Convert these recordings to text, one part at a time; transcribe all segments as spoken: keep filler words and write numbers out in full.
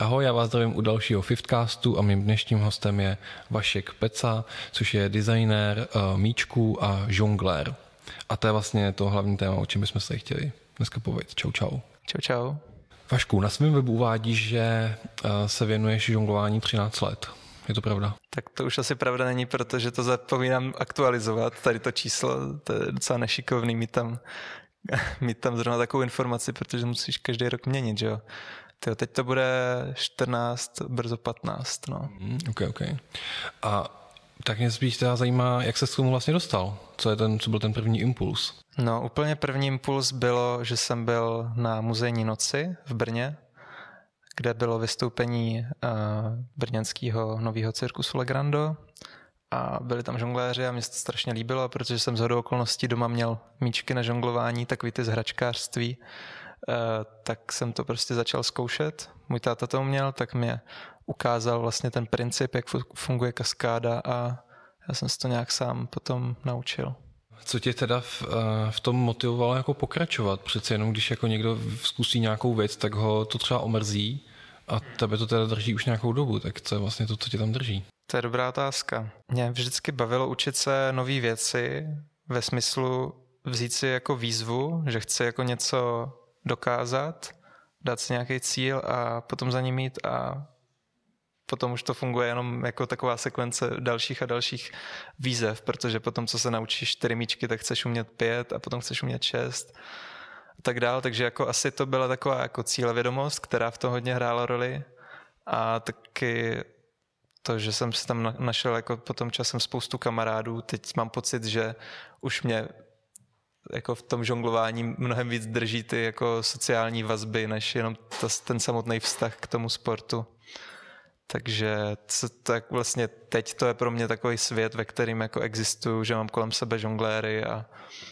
Ahoj, já vás zdravím u dalšího Fifthcastu a mým dnešním hostem je Vašek Peca, což je designér uh, míčků a žonglér. A to je vlastně to hlavní téma, o čem bychom se chtěli dneska povědět. Čau, čau. Čau, čau. Vašku, na svém webu uvádíš, že uh, se věnuješ žonglování třináct let. Je to pravda? Tak to už asi pravda není, protože to zapomínám aktualizovat, tady to číslo, to je docela nešikovný mít tam, mít tam zrovna takovou informaci, protože musíš každý rok měnit, že jo. Tyjo, teď to bude čtrnáct, brzo patnáct, no. Mm, ok, ok. A tak mě spíš teda zajímá, jak se k tomu vlastně dostal? Co je ten, co byl ten první impuls? No, úplně první impuls bylo, že jsem byl na muzejní noci v Brně, kde bylo vystoupení uh, brněnského nového cirkusu Legrando a byli tam žongléři a mě se to strašně líbilo, protože jsem shodou okolností doma měl míčky na žonglování, takový ty z hračkářství, uh, tak jsem to prostě začal zkoušet. Můj táta to uměl, tak mě ukázal vlastně ten princip, jak funguje kaskáda a já jsem se to nějak sám potom naučil. Co tě teda v, v tom motivovalo jako pokračovat? Přece jenom, když jako někdo zkusí nějakou věc, tak ho to třeba omrzí a tebe to teda drží už nějakou dobu, tak co je vlastně to, co tě tam drží? To je dobrá otázka. Mě vždycky bavilo učit se nové věci ve smyslu vzít si jako výzvu, že chci jako něco dokázat, dát si nějaký cíl a potom za ním jít a potom už to funguje jenom jako taková sekvence dalších a dalších výzev, protože potom, co se naučíš čtyři míčky, tak chceš umět pět a potom chceš umět šest a tak dál. Takže jako asi to byla taková jako cílevědomost, která v tom hodně hrála roli a taky to, že jsem si tam našel jako potom časem spoustu kamarádů. Teď mám pocit, že už mě jako v tom žonglování mnohem víc drží ty jako sociální vazby, než jenom ta, ten samotný vztah k tomu sportu. Takže tak vlastně teď to je pro mě takový svět, ve kterým jako existuju, že mám kolem sebe žongléry a,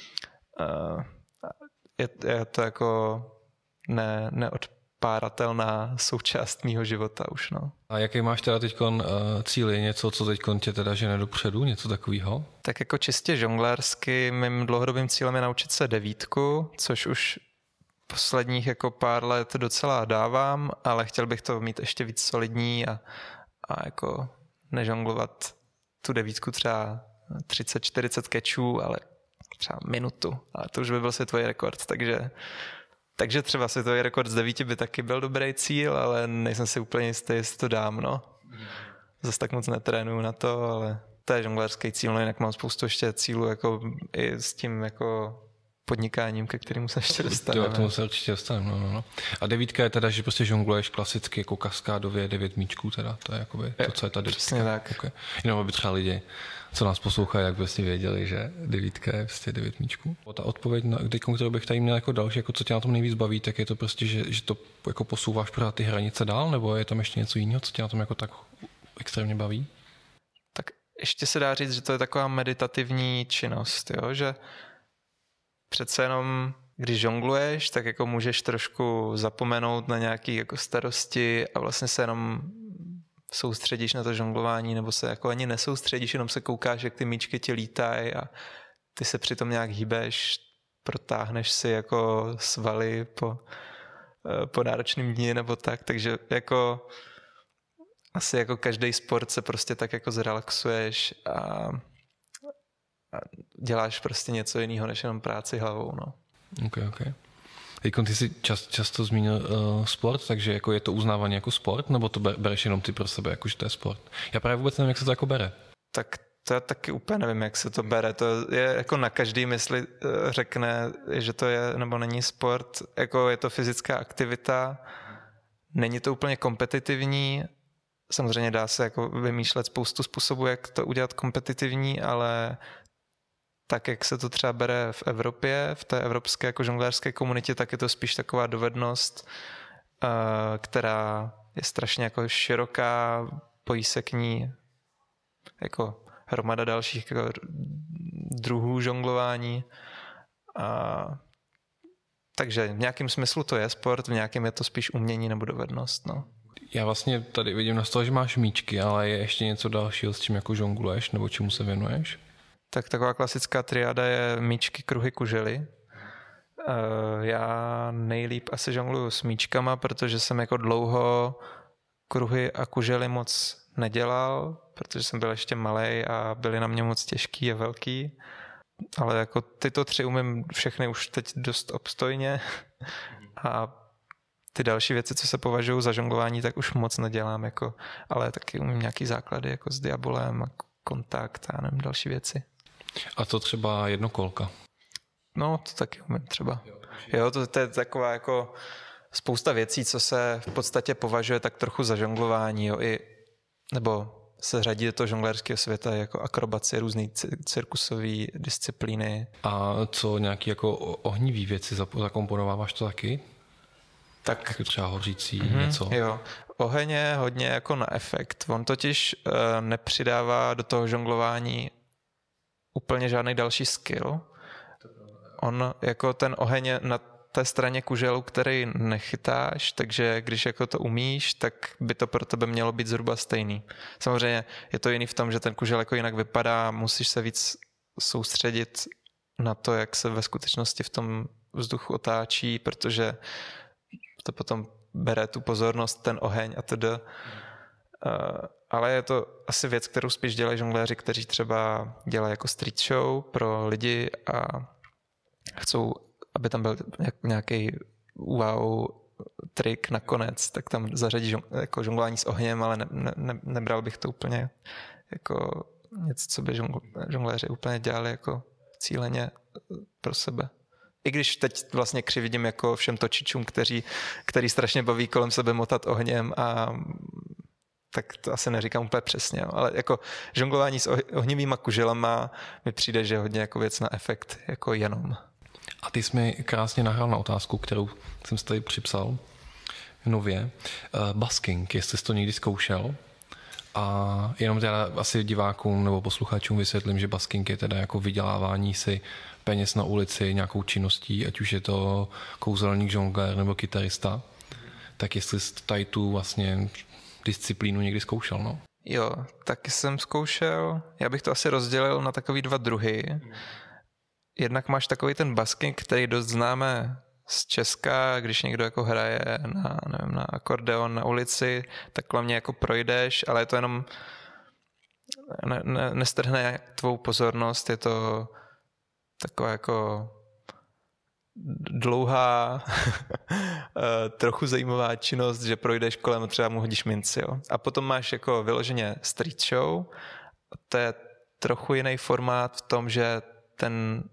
a je, je to jako ne, neodpáratelná součást mýho života už. No. A jaký máš teda teď uh, cíl? Je něco, co teď tě teda žene dopředu? Něco takového? Tak jako čistě žonglérsky mým dlouhodobým cílem je naučit se devítku, což už posledních jako pár let docela dávám, ale chtěl bych to mít ještě víc solidní a, a jako nežonglovat tu devítku třeba třicet čtyřicet kečů, ale třeba minutu. A to už by byl světový rekord, takže, takže třeba světový rekord z devíti by taky byl dobrý cíl, ale nejsem si úplně jistý, jestli to dám, no. Zase tak moc netrénuju na to, ale to je žonglérský cíl, no jinak mám spoustu ještě cílů jako i s tím jako podnikáním, ke kterému se ještě dostaneme. Jo, k tomu se určitě dostaneme, no, no, no. A devítka je teda, že prostě žongluješ klasicky jako kaskádově devět míčků teda, to je jakoby to, co je ta devítka. Přesně tak. Okay. Jenom aby třeba lidi, co nás poslouchají, jak vlastně věděli, že devítka je prostě devět míčků. Ta odpověď, na, kterou bych tady měl jako další, jako co tě na tom nejvíc baví, tak je to prostě, že, že to jako posouváš pořád ty hranice dál, nebo je tam ještě něco jiného, co tě na tom jako tak extrémně baví? Tak ještě se dá říct, že to je taková meditativní činnost, jo, že přece jenom, když žongluješ, tak jako můžeš trošku zapomenout na nějaké jako starosti a vlastně se jenom soustředíš na to žonglování, nebo se jako ani nesoustředíš, jenom se koukáš, jak ty míčky ti lítají a ty se přitom nějak hýbeš, protáhneš si jako svaly po, po náročným dni nebo tak, takže jako asi jako každý sport se prostě tak jako zrelaxuješ a a děláš prostě něco jiného, než jenom práci hlavou, no. Ok, ok. Teď ty jsi čas, často zmínil uh, sport, takže jako je to uznávaný jako sport, nebo to bereš jenom ty pro sebe, jako že to je sport? Já právě vůbec nevím, jak se to jako bere. Tak to já taky úplně nevím, jak se to bere. To je jako na každý mysli řekne, že to je nebo není sport. Jako je to fyzická aktivita, není to úplně kompetitivní. Samozřejmě dá se jako vymýšlet spoustu způsobů, jak to udělat kompetitivní, ale tak, jak se to třeba bere v Evropě, v té evropské jako žonglérské komunitě, tak je to spíš taková dovednost, která je strašně jako široká, pojí se k ní jako hromada dalších jako druhů žonglování. A takže v nějakém smyslu to je sport, v nějakém je to spíš umění nebo dovednost. No. Já vlastně tady vidím na stole, že máš míčky, ale je ještě něco dalšího, s čím jako žongluješ nebo čemu se věnuješ? Tak taková klasická triáda je míčky, kruhy, kužely. Já nejlíp asi žongluju s míčkama, protože jsem jako dlouho kruhy a kužely moc nedělal, protože jsem byl ještě malej a byly na mě moc těžký a velký. Ale jako tyto tři umím všechny už teď dost obstojně a ty další věci, co se považují za žonglování, tak už moc nedělám, jako, ale taky umím nějaký základy jako s diabolem a kontakt a nevím, další věci. A to třeba jednokolka? No, to taky umím třeba. Jo, to, to je taková jako spousta věcí, co se v podstatě považuje tak trochu za žonglování, jo, i, nebo se řadí do toho žonglérského světa jako akrobacie, různé cirkusové disciplíny. A co nějaký jako ohnivý věci zakomponováváš to taky? Tak jako třeba hořící mm-hmm, něco? Jo, oheň je hodně jako na efekt. On totiž uh, nepřidává do toho žonglování úplně žádný další skill. On jako ten oheň je na té straně kuželu, který nechytáš, takže když jako to umíš, tak by to pro tebe mělo být zhruba stejný. Samozřejmě je to jiný v tom, že ten kužel jako jinak vypadá, musíš se víc soustředit na to, jak se ve skutečnosti v tom vzduchu otáčí, protože to potom bere tu pozornost, ten oheň a td. Ale je to asi věc, kterou spíš dělají žongléři, kteří třeba dělají jako street show pro lidi a chcou, aby tam byl nějaký wow trik nakonec, tak tam zařadí žong, jako žonglování s ohněm, ale ne, ne, nebral bych to úplně jako něco, co by žongléři úplně dělali jako cíleně pro sebe. I když teď vlastně křivdím jako všem točičům, kteří, který strašně baví kolem sebe motat ohněm a tak to asi neříkám úplně přesně, ale jako žonglování s ohnivýma kuželama mi přijde, že je hodně jako věc na efekt, jako jenom. A ty jsi mi krásně nahrál na otázku, kterou jsem si tady připsal nově. Uh, busking, jestli jsi to někdy zkoušel. A jenom teda asi divákům nebo posluchačům vysvětlím, že busking je teda jako vydělávání si peněz na ulici nějakou činností, ať už je to kouzelník, žonglér nebo kytarista. Tak jestli jsi tady tu vlastně disciplínu někdy zkoušel, no? Jo, taky jsem zkoušel. Já bych to asi rozdělil na takový dva druhy. Jednak máš takový ten busking, který dost známe z Česka, když někdo jako hraje na, nevím, na akordeon na ulici, tak hlavně jako projdeš, ale je to jenom ne, ne, nestrhne tvou pozornost, je to taková jako dlouhá, trochu zajímavá činnost, že projdeš kolem a třeba mu hodíš minci. Jo. A potom máš jako vyloženě street show, to je trochu jiný formát v tom, že ten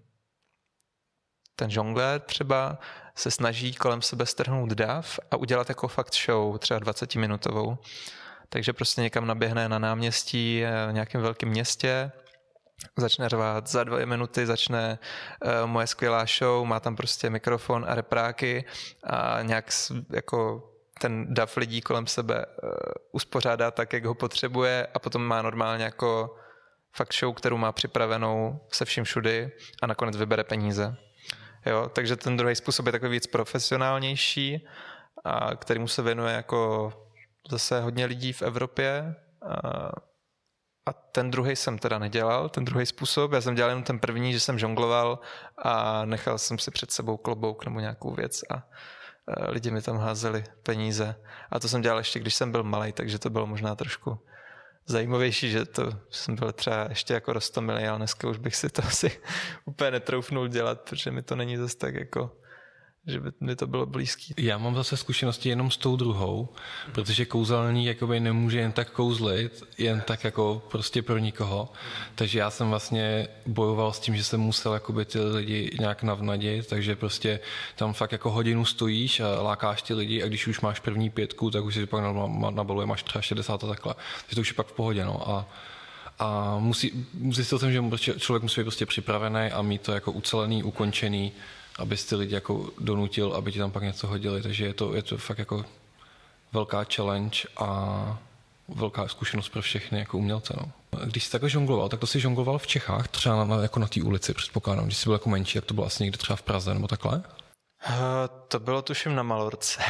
ten žonglér třeba se snaží kolem sebe strhnout dav a udělat jako fakt show, třeba dvacetiminutovou. Takže prostě někam naběhne na náměstí v nějakém velkém městě, začne řvát, za dvě minuty začne uh, moje skvělá show, má tam prostě mikrofon a repráky a nějak jako ten dav lidí kolem sebe uh, uspořádá tak, jak ho potřebuje a potom má normálně jako fakt show, kterou má připravenou se vším všudy a nakonec vybere peníze. Jo, takže ten druhý způsob je takový víc profesionálnější, a kterému se věnuje jako zase hodně lidí v Evropě. A, a ten druhý jsem teda nedělal, ten druhý způsob. Já jsem dělal jenom ten první, že jsem žongloval a nechal jsem si před sebou klobouk nebo nějakou věc a, a lidi mi tam házeli peníze. A to jsem dělal ještě, když jsem byl malej, takže to bylo možná trošku zajímavější, že to jsem byl třeba ještě jako roztomilý, ale dneska už bych si to asi úplně netroufnul dělat, protože mi to není zase tak jako, že by mi to bylo blízký. Já mám zase zkušenosti jenom s tou druhou, protože kouzelník jakoby nemůže jen tak kouzlit, jen tak jako prostě pro nikoho. Takže já jsem vlastně bojoval s tím, že jsem musel jakoby ty lidi nějak navnadit, takže prostě tam fakt jako hodinu stojíš a lákáš ty lidi a když už máš první pětku, tak už si pak nabaluje, máš třeba šedesát a takhle. Takže to už je pak v pohodě, no. A A musí, zjistil jsem, že člověk musí být prostě připravený a mít to jako ucelený, ukončený, aby ty lidi jako donutil, aby ti tam pak něco hodili. Takže je to, je to fakt jako velká challenge a velká zkušenost pro všechny jako umělce. No. Když jsi takhle žongloval, tak to jsi žongloval v Čechách, třeba na, jako na té ulici, předpokládám. Když jsi byl jako menší, tak to bylo asi někde třeba v Praze nebo takhle? Uh, to bylo tuším na Malorce.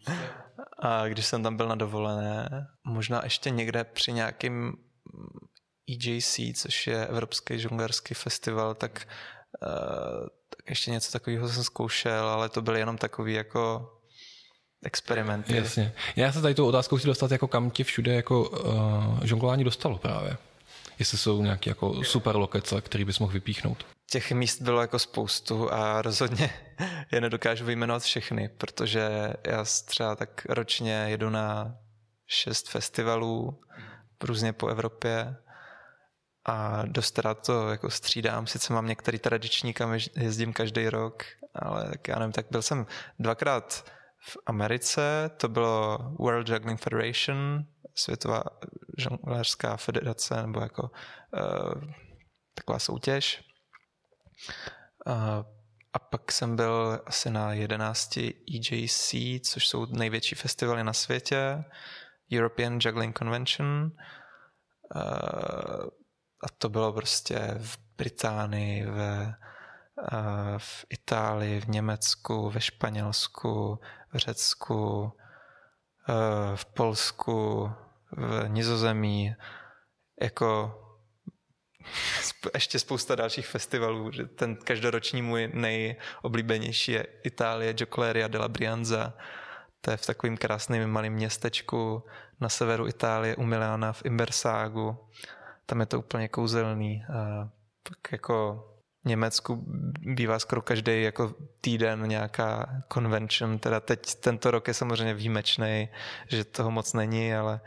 A když jsem tam byl na dovolené, možná ještě někde při nějakým E J C, což je Evropský žonglerský festival, tak, uh, tak ještě něco takového jsem zkoušel, ale to byly jenom takový jako experimenty. Jasně. Já se tady tou otázkou chci dostat, jako kam tě všude jako uh, žonglování dostalo právě. Jestli jsou nějaké jako super lokace, který bys mohl vypíchnout. Těch míst bylo jako spoustu a rozhodně je nedokážu vyjmenovat všechny, protože já třeba tak ročně jedu na šest festivalů různě po Evropě a dost rád to jako střídám. Sice mám některý tradiční, kam jezdím každý rok, ale tak já nevím, tak byl jsem dvakrát v Americe, to bylo World Juggling Federation, světová žongléřská federace, nebo jako uh, taková soutěž. Uh, a pak jsem byl asi na jedenácti E J C, což jsou největší festivaly na světě, European Juggling Convention. Uh, a to bylo prostě v Británii, ve, uh, v Itálii, v Německu, ve Španělsku, v Řecku, uh, v Polsku, v Nizozemí, jako ještě spousta dalších festivalů. Ten každoroční můj nejoblíbenější je Itálie, Giocoleria della Brianza. To je v takovém krásném malém městečku na severu Itálie u Milána v Imberságu. Tam je to úplně kouzelný. A pak jako v Německu bývá skoro každý jako týden nějaká convention. Teda teď tento rok je samozřejmě výjimečný, že toho moc není, ale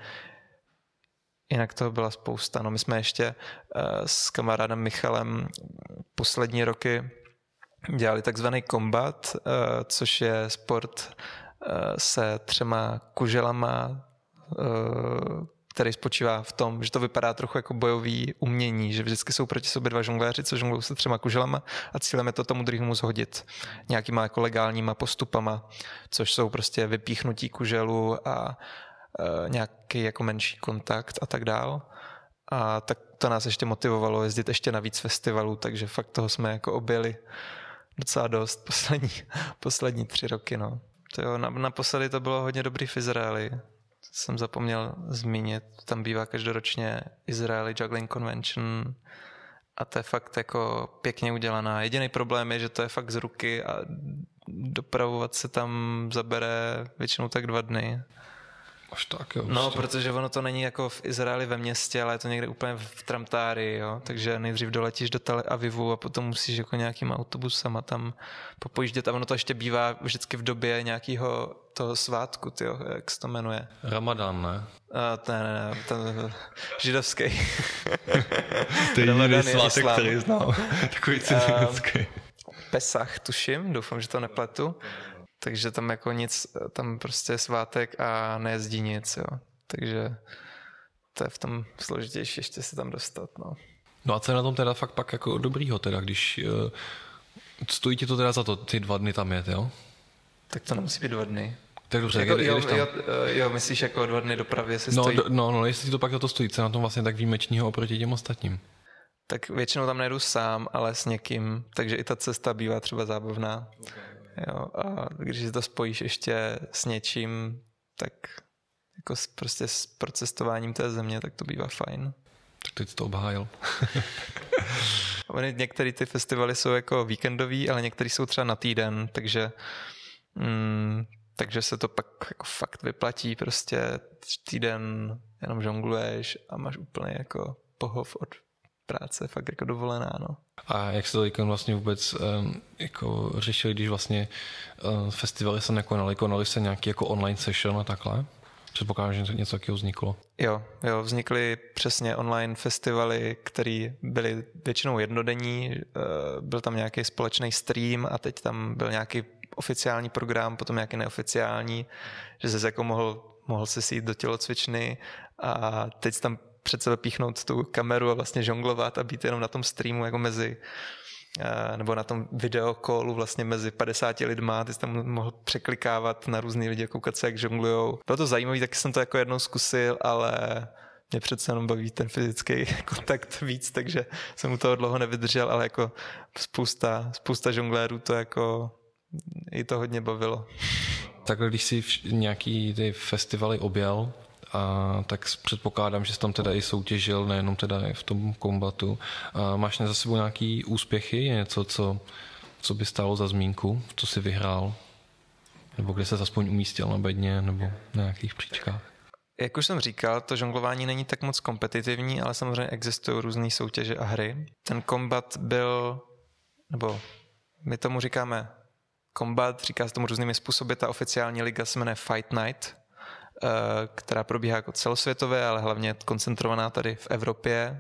jinak toho byla spousta. No, my jsme ještě s kamarádem Michalem poslední roky dělali takzvaný kombat, což je sport se třema kuželama, který spočívá v tom, že to vypadá trochu jako bojový umění, že vždycky jsou proti sobě dva žongléři, co žonglují se třema kuželama a cílem je to tomu druhému zhodit nějakýma jako legálníma postupama, což jsou prostě vypíchnutí kuželu a Uh, nějaký jako menší kontakt a tak dál. A tak to nás ještě motivovalo jezdit ještě na víc festivalů, takže fakt toho jsme jako objeli docela dost poslední, poslední tři roky. No. To jo, naposledy to bylo hodně dobrý v Izraeli. Jsem zapomněl zmínit, tam bývá každoročně Israeli Juggling Convention a to je fakt jako pěkně udělaná. Jediný problém je, že to je fakt z ruky a dopravovat se tam zabere většinou tak dva dny. Až tak, jo, no, protože ono to není jako v Izraeli ve městě, ale je to někde úplně v Tramtári, jo. Takže nejdřív doletíš do Tel Avivu a potom musíš jako nějakým autobusem a tam popojíždět. A ono to ještě bývá vždycky v době nějakého toho svátku, tyjo, jak se to jmenuje. Ramadán, ne? A, ne, ne, ne, ten židovský. To je jediný svátek, který znám. Takový židovský. Pesach, tuším, doufám, že to nepletu. Takže tam jako nic, tam prostě je svátek a nejezdí nic, jo. Takže to je v tom složitější ještě se tam dostat, no. No a co je na tom teda fakt pak jako dobrýho teda, když uh, stojí ti to teda za to ty dva dny tam jet, jo? Tak to nemusí být dva dny. Tak dobře, jako, jak, jo, tam... jo, jo, myslíš jako dva dny dopravy, jestli no, stojí? Do, no, no, jestli to pak za to stojí, co na tom vlastně tak výjimečného oproti těm ostatním? Tak většinou tam nejedu sám, ale s někým, takže i ta cesta bývá třeba zábavná. Okay. Jo, a když si to spojíš ještě s něčím, tak jako s, prostě s procestováním té země, tak to bývá fajn. Tak teď jsi to obhájil. Některé ty festivaly jsou jako víkendový, ale některé jsou třeba na týden, takže, mm, takže se to pak jako fakt vyplatí. Prostě týden jenom žongluješ a máš úplně jako pohov od práce, fakt jako dovolená, no. A jak se to vlastně vůbec um, jako řešili, když vlastně uh, festivaly se nekonaly, konaly se nějaký jako online session a takhle? Předpokládám, že něco takového vzniklo. Jo, jo, vznikly přesně online festivaly, které byly většinou jednodenní, byl tam nějaký společný stream a teď tam byl nějaký oficiální program, potom nějaký neoficiální, že jsi jako mohl, mohl se sít do tělocvičny a teď tam před sebe píchnout tu kameru a vlastně žonglovat a být jenom na tom streamu jako mezi nebo na tom videokolu vlastně mezi padesáti lidma, ty jsi tam mohl překlikávat na různý lidi a koukat se, jak žonglujou. Bylo to zajímavé, taky jsem to jako jednou zkusil, ale mě přece jenom baví ten fyzický kontakt víc, takže jsem u toho dlouho nevydržel, ale jako spousta, spousta žonglérů to jako i to hodně bavilo. Takhle, když si nějaký ty festivaly objel, a tak předpokládám, že jsi tam teda i soutěžil, nejenom teda i v tom kombatu. A máš za sebou nějaký úspěchy? Je něco, co, co by stálo za zmínku? Co jsi vyhrál? Nebo kde se aspoň umístil na bedně nebo na nějakých příčkách? Jak už jsem říkal, to žonglování není tak moc kompetitivní, ale samozřejmě existují různé soutěže a hry. Ten kombat byl, nebo my tomu říkáme kombat, říká se tomu různými způsoby, ta oficiální liga se jmenuje Fight Night, která probíhá jako celosvětově, ale hlavně koncentrovaná tady v Evropě.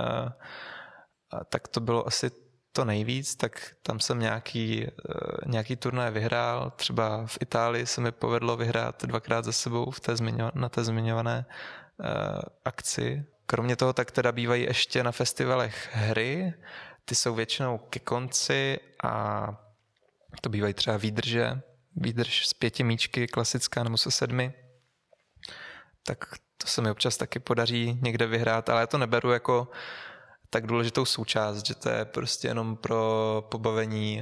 Tak to bylo asi to nejvíc, tak tam jsem nějaký, nějaký turnaj vyhrál, třeba v Itálii se mi povedlo vyhrát dvakrát za sebou v té zmiňo, na té zmiňované uh, akci. Kromě toho tak teda bývají ještě na festivalech hry, ty jsou většinou ke konci a to bývají třeba výdrže, výdrž z pěti míčky, klasická nebo se sedmi, tak to se mi občas taky podaří někde vyhrát, ale já to neberu jako tak důležitou součást, že to je prostě jenom pro pobavení,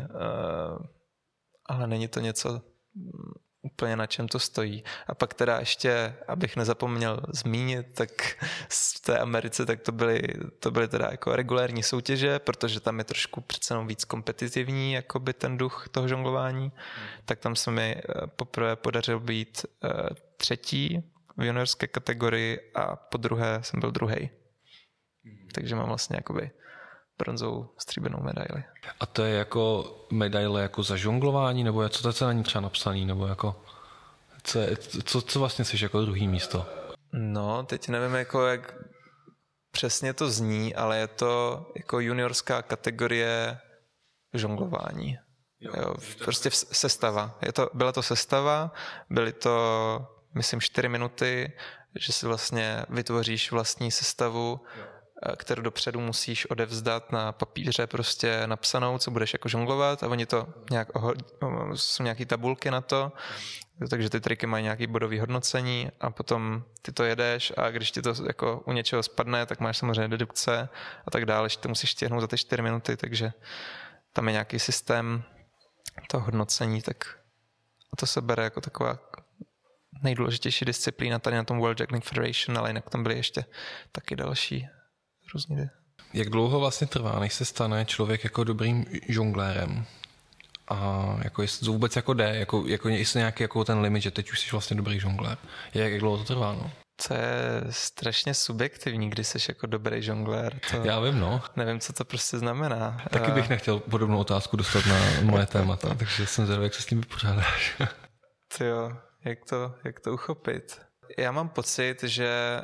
ale není to něco úplně, na čem to stojí. A pak teda ještě, abych nezapomněl zmínit, tak v té Americe tak to byly, to byly teda jako regulérní soutěže, protože tam je trošku přece jenom víc kompetitivní jakoby ten duch toho žonglování, hmm. tak tam se mi poprvé podařilo být třetí v juniorské kategorii a po druhé jsem byl druhej. Takže mám vlastně jakoby bronzovou stříbrnou medaili. A to je jako medaile jako za žonglování, nebo je, co to je na ní třeba napsaný, nebo jako co, je, co, co vlastně jsi jako druhý místo? No, teď nevím, jako jak přesně to zní, ale je to jako juniorská kategorie žonglování. Jo, jo, prostě sestava. Je to, byla to sestava, byly to, myslím, čtyři minuty, že si vlastně vytvoříš vlastní sestavu, jo. kterou dopředu musíš odevzdat na papíře prostě napsanou, co budeš jako žonglovat a oni to nějak, jsou nějaký tabulky na to, takže ty triky mají nějaký bodový hodnocení a potom ty to jedeš a když ti to jako u něčeho spadne, tak máš samozřejmě dedukce a tak dále, že to musíš stihnout za ty čtyři minuty, takže tam je nějaký systém toho hodnocení, tak a to se bere jako taková nejdůležitější disciplína tady na tom World Juggling Federation, ale jinak tam byly ještě taky další různý. Jak dlouho vlastně trvá, než se stane člověk jako dobrým žonglérem? A jako jestli to vůbec jako jde, jako, jako jestli nějaký jako ten limit, že teď už jsi vlastně dobrý žonglér. Jak, jak dlouho to trvá, no? To je strašně subjektivní, když jsi jako dobrý žonglér. To Já vím, no. Nevím, co to prostě znamená. Taky bych nechtěl podobnou otázku dostat na moje témata, takže jsem zvědavý, jak se s tím vypořádáš. To jo, jak to, jak to uchopit? Já mám pocit, že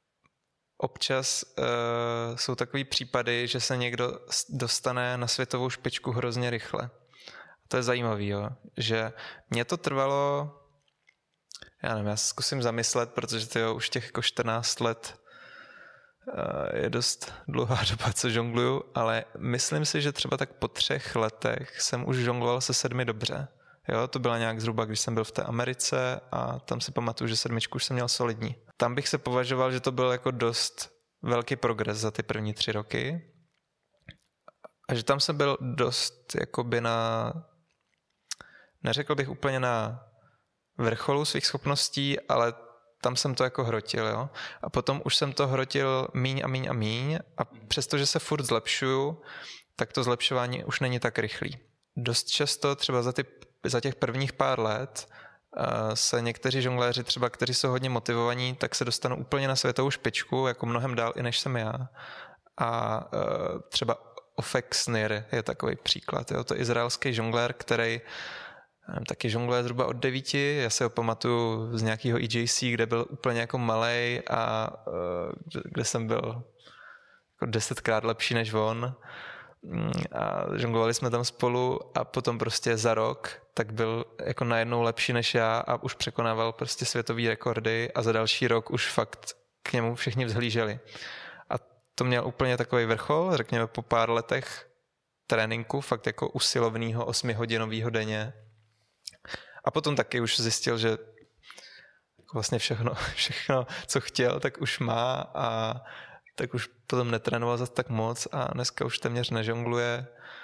občas uh, jsou takový případy, že se někdo dostane na světovou špičku hrozně rychle. To je zajímavý, jo? Že mě to trvalo, já nevím, já zkusím zamyslet, protože to jo, už těch jako čtrnáct let uh, je dost dlouhá doba, co žongluju, ale myslím si, že třeba tak po třech letech jsem už žongloval se sedmi dobře. Jo, to byla nějak zhruba, když jsem byl v té Americe a tam si pamatuju, že sedmičku už jsem měl solidní. Tam bych se považoval, že to byl jako dost velký progres za ty první tři roky a že tam jsem byl dost jakoby na, neřekl bych úplně na vrcholu svých schopností, ale tam jsem to jako hrotil, jo. A potom už jsem to hrotil míň a míň a míň a přestože se furt zlepšuju, tak to zlepšování už není tak rychlý. Dost často třeba za, ty, za těch prvních pár let uh, se někteří žongléři třeba, kteří jsou hodně motivovaní, tak se dostanou úplně na světovou špičku, jako mnohem dál i než jsem já. A uh, třeba Ofek Snir je takový příklad. Jo? To je izraelský žonglér, který nevím, taky žongluje zhruba od devíti. Já se ho pamatuju z nějakého E J C, kde byl úplně jako malej a uh, kde jsem byl jako desetkrát lepší než on. A žonglovali jsme tam spolu a potom prostě za rok tak byl jako najednou lepší než já a už překonával prostě světový rekordy a za další rok už fakt k němu všichni vzhlíželi. A to měl úplně takový vrchol, řekněme po pár letech tréninku, fakt jako usilovného osmihodinového denně. A potom taky už zjistil, že vlastně všechno, všechno, co chtěl, tak už má a tak už potom netrénoval zase tak moc a dneska už téměř nežongluje.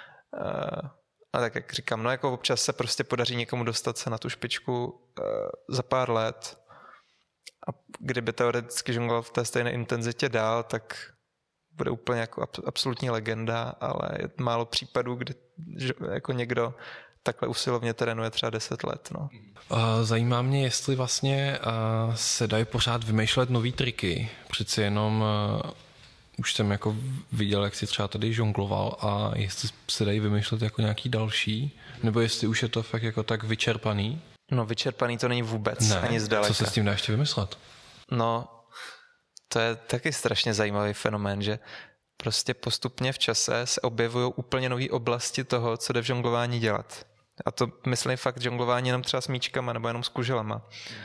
A tak jak říkám, no jako občas se prostě podaří někomu dostat se na tu špičku za pár let a kdyby teoreticky žongloval v té stejné intenzitě dál, tak bude úplně jako absolutní legenda, ale je málo případů, kdy jako někdo takhle usilovně trénuje třeba deset let. No. Zajímá mě, jestli vlastně se dají pořád vymýšlet nový triky. Přeci jenom už jsem jako viděl, jak si třeba tady žongloval a jestli se dají vymýšlet jako nějaký další, nebo jestli už je to fakt jako tak vyčerpaný. No vyčerpaný to není vůbec, ne, ani zdaleka. Co se s tím dá ještě vymyslet? No, to je taky strašně zajímavý fenomén, že prostě postupně v čase se objevují úplně nové oblasti toho, co jde v žonglování dělat. A to myslím fakt žonglování jenom třeba s míčkama nebo jenom s kuželama.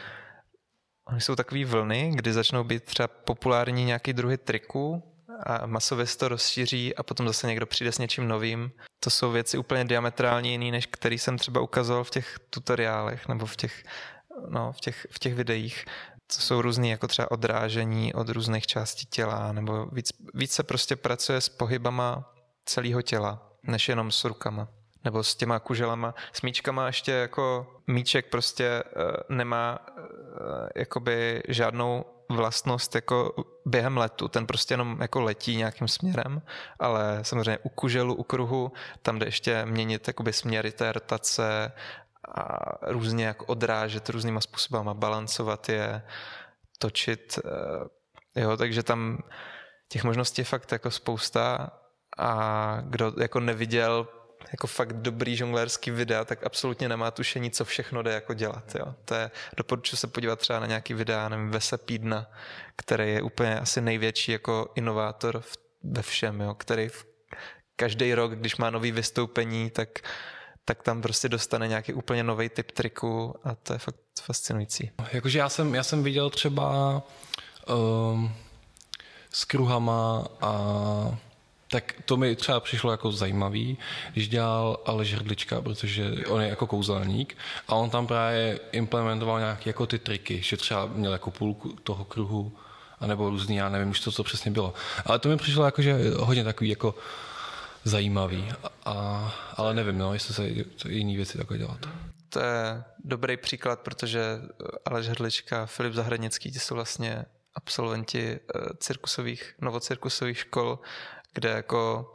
Oni jsou takový vlny, kdy začnou být třeba populární nějaký druhy triků a masově se to rozšíří a potom zase někdo přijde s něčím novým. To jsou věci úplně diametrálně jiný, než který jsem třeba ukazoval v těch tutoriálech nebo v těch, no, v těch, v těch videích. To jsou různý jako třeba odrážení od různých částí těla nebo víc, víc se prostě pracuje s pohybama celého těla, než jenom s rukama. Nebo s těma kuželama. S míčkama ještě jako míček prostě uh, nemá uh, jakoby žádnou vlastnost jako během letu. Ten prostě jenom jako letí nějakým směrem, ale samozřejmě u kuželu, u kruhu, tam jde ještě měnit jakoby směry té rotace a různě jako odrážet různýma způsobama, balancovat je, točit. Uh, jo, takže tam těch možností je fakt jako spousta a kdo jako neviděl jako fakt dobrý žonglérský videa, tak absolutně nemá tušení, co všechno jde jako dělat. Jo. To je, doporučuji se podívat třeba na nějaký videa, nevím, Vesepídna, který je úplně asi největší jako inovátor v, ve všem, jo, který v, každý rok, když má nový vystoupení, tak, tak tam prostě dostane nějaký úplně nový typ triku a to je fakt fascinující. Jakože já jsem, já jsem viděl třeba um, s kruhama a tak to mi třeba přišlo jako zajímavý, když dělal Aleš Hrdlička, protože on je jako kouzelník a on tam právě implementoval nějaké jako ty triky, že třeba měl jako půlku toho kruhu, anebo různý, já nevím už to, co přesně bylo. Ale to mi přišlo jako, že hodně takový jako zajímavý, a, ale nevím, no, jestli se jiný věci takové dělat. To je dobrý příklad, protože Aleš Hrdlička, Filip Zahradnický, ti jsou vlastně absolventi cirkusových, novocirkusových škol, kde jako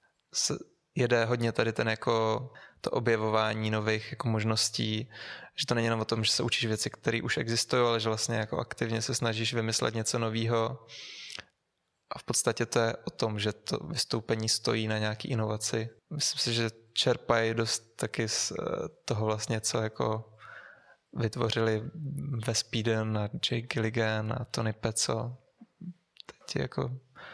jede hodně tady ten jako to objevování nových jako možností, že to není jenom o tom, že se učíš věci, které už existují, ale že vlastně jako aktivně se snažíš vymyslet něco nového a v podstatě to je o tom, že to vystoupení stojí na nějaký inovaci. Myslím si, že čerpají dost taky z toho vlastně, co jako vytvořili Vesepíden a Jake Gilligan a Tony Pezzo. Teď jako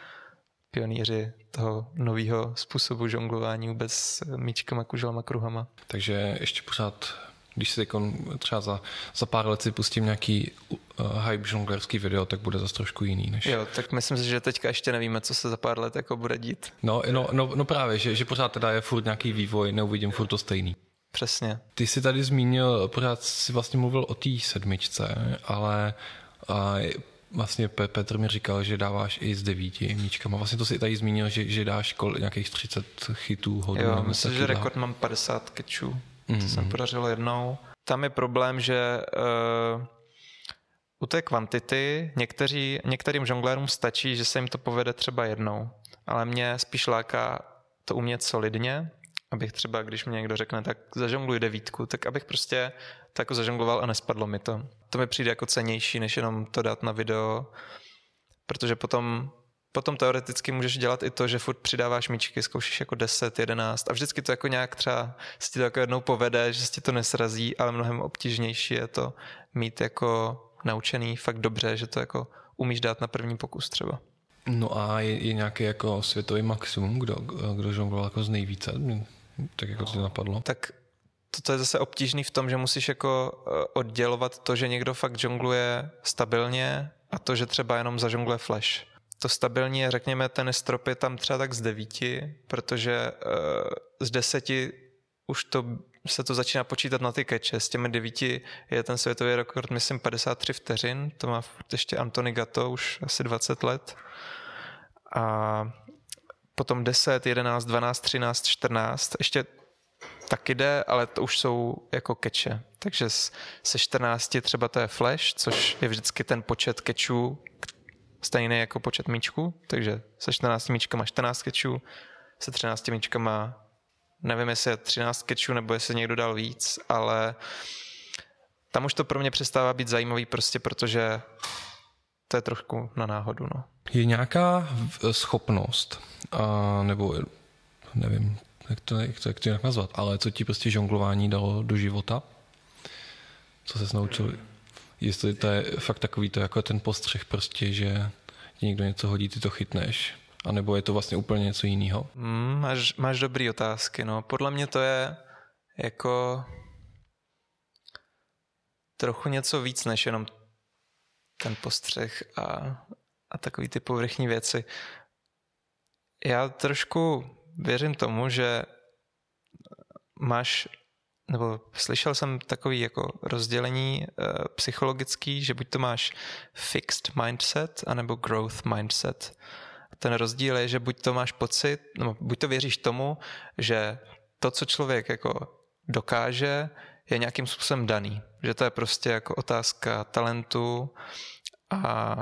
pionýři toho nového způsobu žonglování vůbec s míčkama, kuželama, kruhama. Takže ještě pořád, když si třeba za, za pár let si pustím nějaký uh, hype žonglerský video, tak bude zase trošku jiný. Než... Jo, tak myslím si, že teďka ještě nevíme, co se za pár let jako bude dít. No, no, no, no právě, že, že pořád teda je furt nějaký vývoj, neuvidím furt to stejný. Přesně. Ty jsi tady zmínil, pořád si vlastně mluvil o té sedmičce, ale a, vlastně Petr mi říkal, že dáváš i s devíti míčkama. Vlastně to si tady zmínil, že, že dáš kol, nějakých třicet chytů hodů. Jo, myslím, že rekord mám padesát kečů. Mm-hmm. To se mi podařilo jednou. Tam je problém, že uh, u té kvantity někteří, některým žonglérům stačí, že se jim to povede třeba jednou. Ale mě spíš láká to umět solidně, abych třeba, když mě někdo řekne, tak zažongluj devítku, tak abych prostě to jako zažongloval a nespadlo mi to. To mi přijde jako cennější, než jenom to dát na video, protože potom, potom teoreticky můžeš dělat i to, že furt přidáváš míčky, zkoušíš jako deset, jedenáct a vždycky to jako nějak třeba si ti to jako jednou povede, že se ti to nesrazí, ale mnohem obtížnější je to mít jako naučený fakt dobře, že to jako umíš dát na první pokus třeba. No a je, je nějaký jako světový maximum, kdo, kdo žongloval jako z nejvíce? Tak jako to napadlo. Tak to je zase obtížný v tom, že musíš jako oddělovat to, že někdo fakt žongluje stabilně a to, že třeba jenom zažongluje flash. To stabilní je, řekněme, ten strop je tam třeba tak z devíti, protože uh, z deseti už to, se to začíná počítat na ty keče. S těmi devíti je ten světový rekord, myslím, padesát tři vteřin. To má ještě Anthony Gatto už asi dvacet let. A potom deset, jedenáct, dvanáct, třináct, čtrnáct. Ještě taky jde, ale to už jsou jako keče. Takže se čtrnácti třeba to je flash, což je vždycky ten počet kečů stejný jako počet míčků. Takže se čtrnácti míčkama čtrnáct kečů, se třinácti míčkama nevím, jestli je třináct catchů, nebo jestli někdo dal víc, ale tam už to pro mě přestává být zajímavý prostě, protože to je trošku na náhodu. No. Je nějaká schopnost, a, nebo nevím, jak to, jak to, jak to jinak nazvat, ale co ti prostě žonglování dalo do života? Co ses naučil? Jestli to je fakt takový to jako ten postřeh prostě, že ti někdo něco hodí, ty to chytneš, anebo je to vlastně úplně něco jiného? Mm, máš, máš dobrý otázky, no. Podle mě to je jako trochu něco víc, než jenom ten postřeh a, a takový ty povrchní věci. Já trošku věřím tomu, že máš, nebo slyšel jsem takový jako rozdělení uh, psychologický, že buď to máš fixed mindset, anebo growth mindset. Ten rozdíl je, že buď to máš pocit, nebo buď to věříš tomu, že to, co člověk jako dokáže, je nějakým způsobem daný. Že to je prostě jako otázka talentu a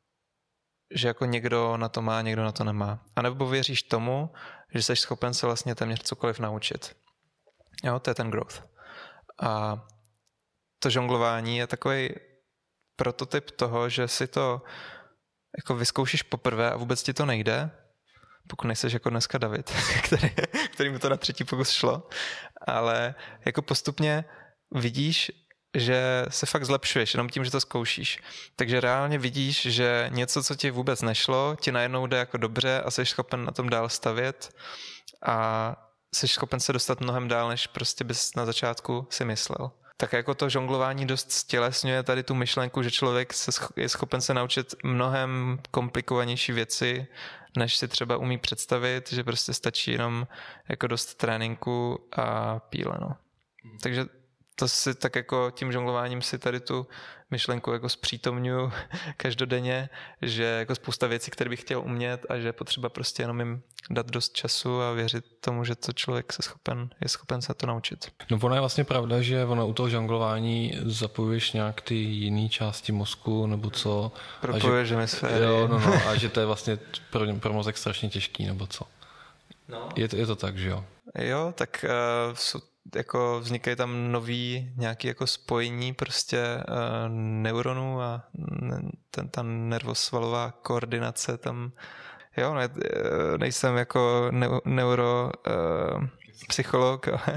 že jako někdo na to má, někdo na to nemá. A nebo věříš tomu, že jsi schopen se vlastně téměř cokoliv naučit. Jo, to je ten growth. A to žonglování je takový prototyp toho, že si to jako vyzkoušíš poprvé a vůbec ti to nejde, pokud nejseš jako dneska David, který, který mu to na třetí pokus šlo, ale jako postupně vidíš, že se fakt zlepšuješ jenom tím, že to zkoušíš. Takže reálně vidíš, že něco, co ti vůbec nešlo, ti najednou jde jako dobře a jsi schopen na tom dál stavět a jsi schopen se dostat mnohem dál, než prostě bys na začátku si myslel. Tak jako to žonglování dost stělesňuje tady tu myšlenku, že člověk se je schopen se naučit mnohem komplikovanější věci, než si třeba umí představit, že prostě stačí jenom jako dost tréninku a píle, no. Mm. Takže to si tak jako tím žonglováním si tady tu myšlenku jako zpřítomňuji každodenně, že jako spousta věcí, které bych chtěl umět a že je potřeba prostě jenom jim dát dost času a věřit tomu, že to člověk se schopen, je schopen se to naučit. No ono je vlastně pravda, že ono u toho žonglování zapojuješ nějak ty jiné části mozku nebo co. Propojuješ hemisféry. Jo, no, no, a že to je vlastně pro, pro mozek strašně těžký nebo co. No. Je, to, je to tak, že jo? Jo, tak uh, jsou jako vznikají tam nový nějaký jako spojení prostě uh, neuronů a ten, ta nervosvalová koordinace tam, jo, ne, nejsem jako ne, neuro uh, psycholog, ale...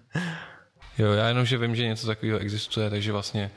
Jo, já jenom, že vím, že něco takového existuje, takže vlastně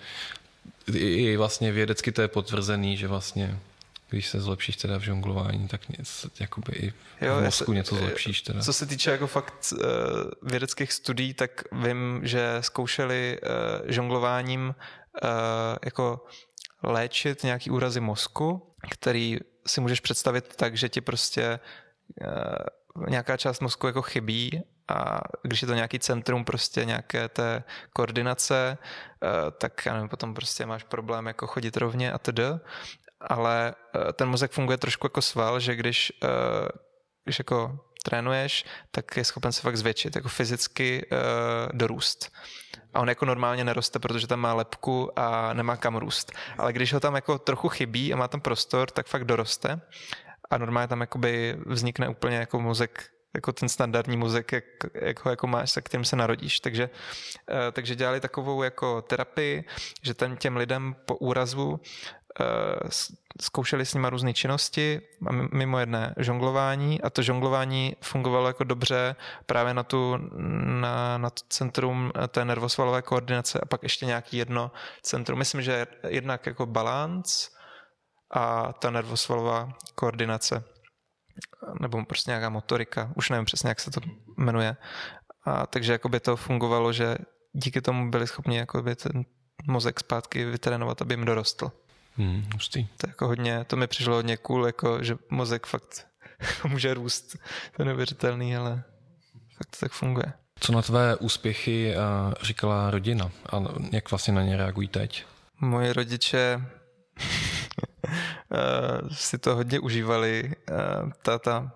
i vlastně vědecky to je potvrzený, že vlastně když se zlepšíš teda v žonglování, tak něco, jakoby i v jo, mozku se, něco zlepšíš teda. Co se týče jako fakt uh, vědeckých studií, tak vím, že zkoušeli uh, žonglováním uh, jako léčit nějaký úrazy mozku, který si můžeš představit tak, že ti prostě uh, nějaká část mozku jako chybí a když je to nějaký centrum prostě nějaké té koordinace, uh, tak já nevím, potom prostě máš problém jako chodit rovně a td. Ale ten mozek funguje trošku jako sval, že když, když jako trénuješ, tak je schopen se fakt zvětšit, jako fyzicky dorůst. A on jako normálně neroste, protože tam má lebku a nemá kam růst. Ale když ho tam jako trochu chybí a má tam prostor, tak fakt doroste a normálně tam jakoby vznikne úplně jako mozek, jako ten standardní mozek, jak, jak ho jako máš, se kterým se narodíš. Takže, takže dělali takovou jako terapii, že ten těm lidem po úrazu zkoušeli s nima různé činnosti, mimo jedné žonglování a to žonglování fungovalo jako dobře právě na tu na, na to centrum té nervosvalové koordinace a pak ještě nějaký jedno centrum. Myslím, že jednak jako balanc a ta nervosvalová koordinace nebo prostě nějaká motorika, už nevím přesně, jak se to jmenuje. A takže jakoby to fungovalo, že díky tomu byli schopni jakoby ten mozek zpátky vytrénovat, aby jim dorostl. Hmm, hustý. To, jako hodně, to mi přišlo hodně cool, jako, že mozek fakt může růst. To je neuvěřitelný, ale fakt to tak funguje. Co na tvé úspěchy říkala rodina a jak vlastně na ně reagují teď? Moji rodiče si to hodně užívali. Táta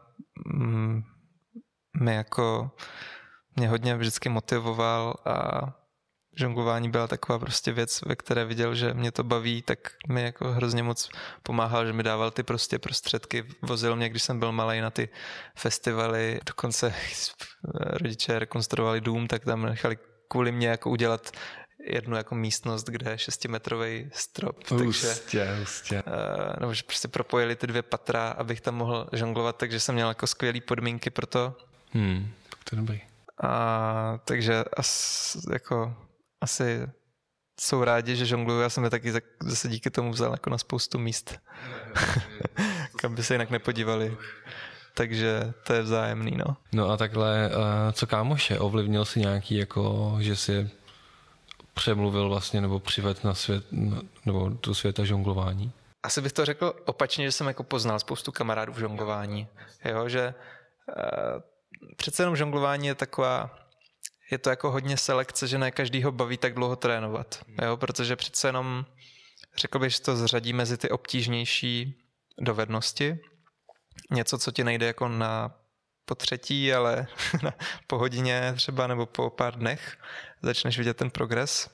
mě jako mě hodně vždycky motivoval a žonglování byla taková prostě věc, ve které viděl, že mě to baví, tak mi jako hrozně moc pomáhal, že mi dával ty prostě prostředky, vozil mě, když jsem byl malej, na ty festivaly, dokonce rodiče rekonstruovali dům, tak tam nechali kvůli mě jako udělat jednu jako místnost, kde je šestimetrový strop. Hustě, takže, hustě. Uh, nebo že prostě propojili ty dvě patra, abych tam mohl žonglovat, takže jsem měl jako skvělý podmínky pro to. Hmm, to je dobrý. A takže as, jako, asi jsou rádi, že žongluju. Já jsem je taky zase díky tomu vzal jako na spoustu míst, kam by se jinak nepodívali. Takže to je vzájemný, no. No a takhle, co kámoše, ovlivnil si nějaký, jako, že si přemluvil vlastně, nebo přivedl na svět, nebo do světa žonglování? Asi bych to řekl opačně, že jsem jako poznal spoustu kamarádů v žonglování. Jo, že uh, přece jenom žonglování je taková, je to jako hodně selekce, že ne každýho baví tak dlouho trénovat. Jo, protože přece jenom, řekl bych, že to zřadí mezi ty obtížnější dovednosti. Něco, co ti nejde jako na po třetí, ale po hodině třeba nebo po pár dnech začneš vidět ten progres.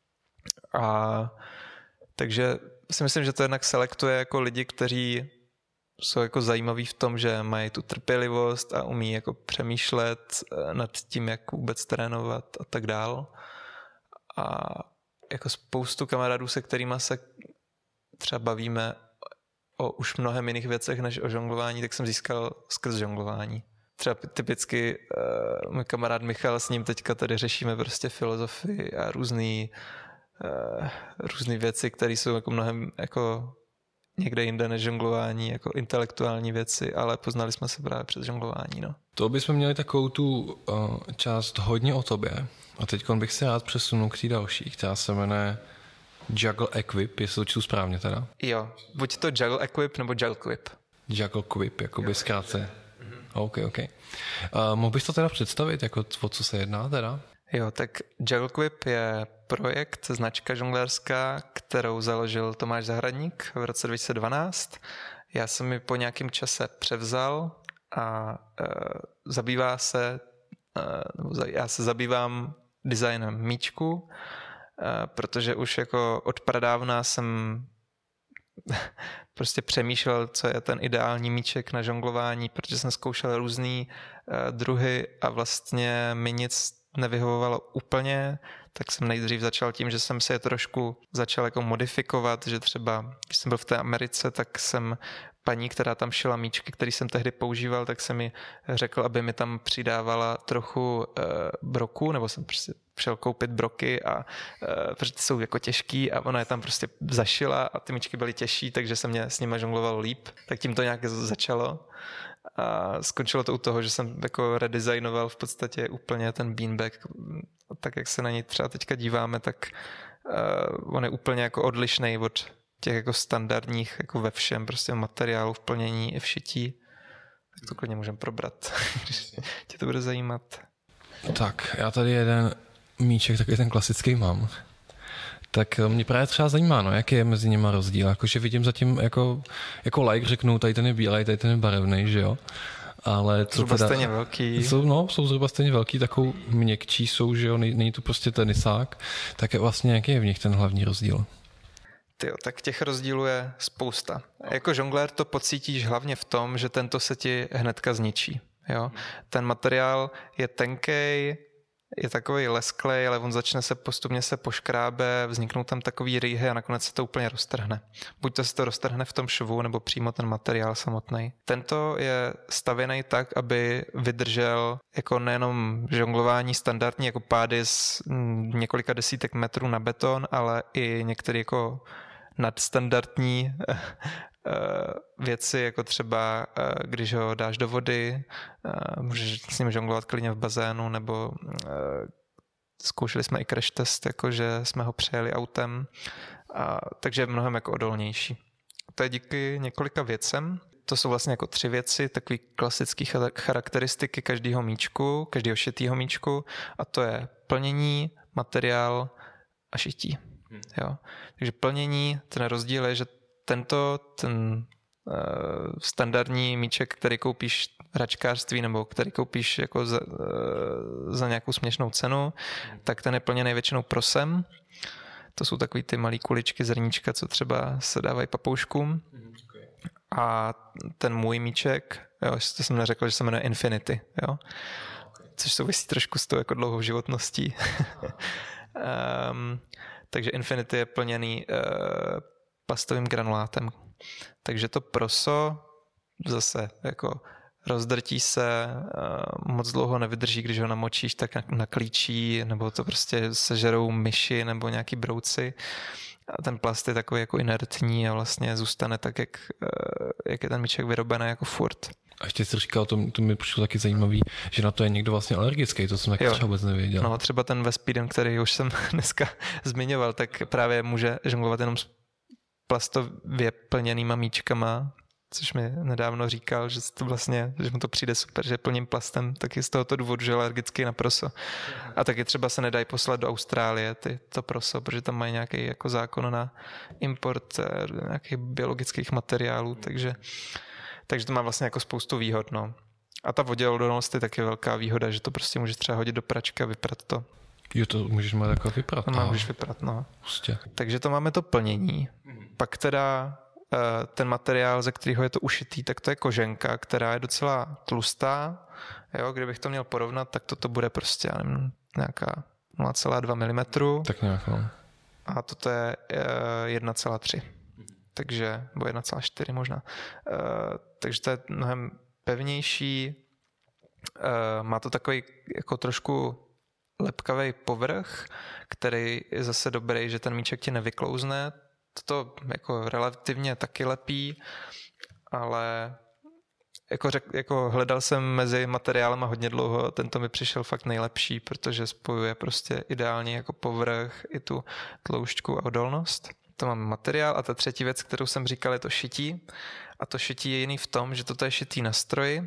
A takže si myslím, že to jednak selektuje jako lidi, kteří jsou jako zajímaví v tom, že mají tu trpělivost a umí jako přemýšlet nad tím, jak vůbec trénovat a tak dál. A jako spoustu kamarádů, se kterýma se třeba bavíme o už mnohem jiných věcech než o žonglování, tak jsem získal skrz žonglování. Třeba typicky uh, můj kamarád Michal, s ním teďka tady řešíme prostě filozofii a různý, uh, různý věci, které jsou jako mnohem jako někde jinde než žonglování, jako intelektuální věci, ale poznali jsme se právě přes žonglování. No. To bychom měli takovou tu uh, část hodně o tobě. A teď bych se rád přesunul k té další, která se jmenuje Juggle Equip, jestli to čtu správně teda. Jo, buď to Juggle Equip nebo Juggle Quip. Juggle Quip, jakoby zkrátce. OK, OK. Uh, mohl bys to teda představit, jako o co se jedná teda? Jo, tak Juggle Quip je projekt, značka žonglérská, kterou založil Tomáš Zahradník v roce dva tisíce dvanáct. Já jsem ji po nějakém čase převzal a uh, zabývá se, uh, já se zabývám designem míčku, uh, protože už jako od pradávna jsem prostě přemýšlel, co je ten ideální míček na žonglování, protože jsem zkoušel různý uh, druhy a vlastně mi nic nevyhovovalo úplně, tak jsem nejdřív začal tím, že jsem se je trošku začal jako modifikovat, že třeba, když jsem byl v té Americe, tak jsem paní, která tam šila míčky, který jsem tehdy používal, tak jsem mi řekl, aby mi tam přidávala trochu uh, broku, nebo jsem prostě šel koupit broky a uh, protože ty jsou jako těžký a ona je tam prostě zašila a ty míčky byly těžší, takže se mě s nimi žonglovalo líp. Tak tím to nějak začalo. A skončilo to u toho, že jsem jako redesignoval v podstatě úplně ten beanbag. Tak jak se na něj třeba teďka díváme, tak uh, on je úplně jako odlišný od těch jako standardních jako ve všem, prostě materiálu, v plnění i v šití. Tak to klidně můžeme probrat, když tě to bude zajímat. Tak, já tady jeden míček, taky ten klasický mám. Tak mě právě třeba zajímá, no, jaký je mezi nimi rozdíl. Jakože vidím zatím, jako, jako like řeknu, tady ten je bílej, tady ten je barevný, že jo? Ale co zhruba teda, stejně velký. Jsou, no, jsou zhruba stejně velký, takovou měkčí jsou, že jo, není to prostě tenisák. Tak je vlastně, jaký je v nich ten hlavní rozdíl? Tyjo, tak těch rozdílů je spousta. Jako žonglér to pocítíš hlavně v tom, že tento se ti hnedka zničí. Jo? Ten materiál je tenkej, je takový lesklej, ale on začne se postupně se poškrábe, vzniknou tam takový rýhy a nakonec se to úplně roztrhne. Buď to se to roztrhne v tom švu, nebo přímo ten materiál samotný. Tento je stavěný tak, aby vydržel jako nejenom žonglování standardní, jako pády z několika desítek metrů na beton, ale i některé jako nadstandardní věci, jako třeba když ho dáš do vody, můžeš s ním žonglovat klidně v bazénu, nebo zkoušeli jsme i crash test, jakože jsme ho přejeli autem, a, takže je mnohem jako odolnější. To je díky několika věcem. To jsou vlastně jako tři věci, takový klasický charakteristiky každého míčku, každého šitýho míčku, a to je plnění, materiál a šití. Jo. Takže plnění, ten rozdíl je, že tento, ten standardní míček, který koupíš v hračkářství nebo který koupíš jako za, za nějakou směšnou cenu, tak ten je plněný většinou prosem. To jsou takový ty malý kuličky zrníčka, co třeba se dávají papouškům. A ten můj míček, jo, to jsem neřekl, že se jmenuje Infinity, jo? Což souvisí trošku s tou jako dlouhou životností. um, takže Infinity je plněný uh, plastovým granulátem. Takže to proso zase jako rozdrtí se, uh, moc dlouho nevydrží, když ho namočíš, tak naklíčí, nebo to prostě sežerou myši nebo nějaký brouci. A ten plast je takový jako inertní a vlastně zůstane tak, jak, jak je ten míček vyrobený jako furt. A ještě jsi říkal, to, to mi přišlo taky zajímavý, že na to je někdo vlastně alergický, to jsem taky třeba vůbec nevěděl. No třeba ten Vespiden, který už jsem dneska zmiňoval, tak právě může žonglovat jenom s plastově plněnýma míčkama, což mi nedávno říkal, že to vlastně, že mu to přijde super, že plním plastem, taky z tohoto důvodu, že je alergický na proso. A taky třeba se nedají poslat do Austrálie ty, to proso, protože tam mají nějaký jako zákon na import nějakých biologických materiálů, takže, takže to má vlastně jako spoustu výhod, no. A ta voděodolnost je taky velká výhoda, že to prostě můžeš třeba hodit do pračky a vyprat to. Jo, to můžeš mít jako vyprat. No, můžeš vyprat, no. Prostě. Takže to máme to plnění. Pak teda ten materiál, ze kterého je to ušitý, tak to je koženka, která je docela tlustá. Jo, kdybych to měl porovnat, tak toto bude prostě, já nevím, nějaká nula celá dva milimetru. Tak nějak, no. A toto je jedna celá tři. Takže, nebo jedna celá čtyři možná. Takže to je mnohem pevnější. Má to takový jako trošku lepkavý povrch, který je zase dobrý, že ten míček ti nevyklouzne. To jako relativně taky lepí, ale jako, řek, jako hledal jsem mezi materiálem hodně dlouho, tento mi přišel fakt nejlepší, protože spojuje prostě ideálně jako povrch i tu tloušťku a odolnost. To mám materiál a ta třetí věc, kterou jsem říkal, je to šití. A to šití je jiný v tom, že toto je šitý na stroji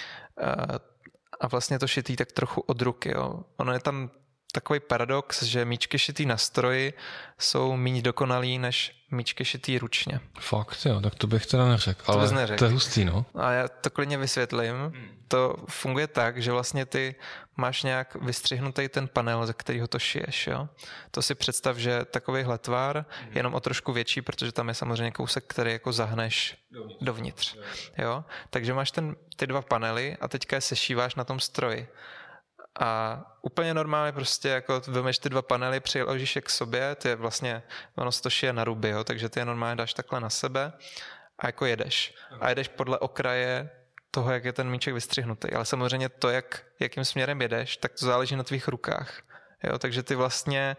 a vlastně to šitý tak trochu od ruky. Jo. Ono je tam takový paradox, že míčky šitý na stroji jsou méně dokonalý než míčky šitý ručně. Fakt jo, tak to bych teda neřekl, ale to, neřek. to je hustý, no. A já to klidně vysvětlím. Hmm. To funguje tak, že vlastně ty máš nějak vystřihnutý ten panel, ze kterého to šiješ, jo. To si představ, že takovýhle tvar, hmm. jenom o trošku větší, protože tam je samozřejmě kousek, který jako zahneš dovnitř. dovnitř jo. Takže máš ten, ty dva panely a teďka je sešíváš na tom stroji. A úplně normálně prostě jako vemeš ty dva panely, přiložíš je k sobě, ty je vlastně, ono se to šije na ruby, jo, takže ty je normálně dáš takhle na sebe a jako jedeš. A jedeš podle okraje toho, jak je ten míček vystřihnutý. Ale samozřejmě to, jak, jakým směrem jedeš, tak to záleží na tvých rukách. Jo, takže ty vlastně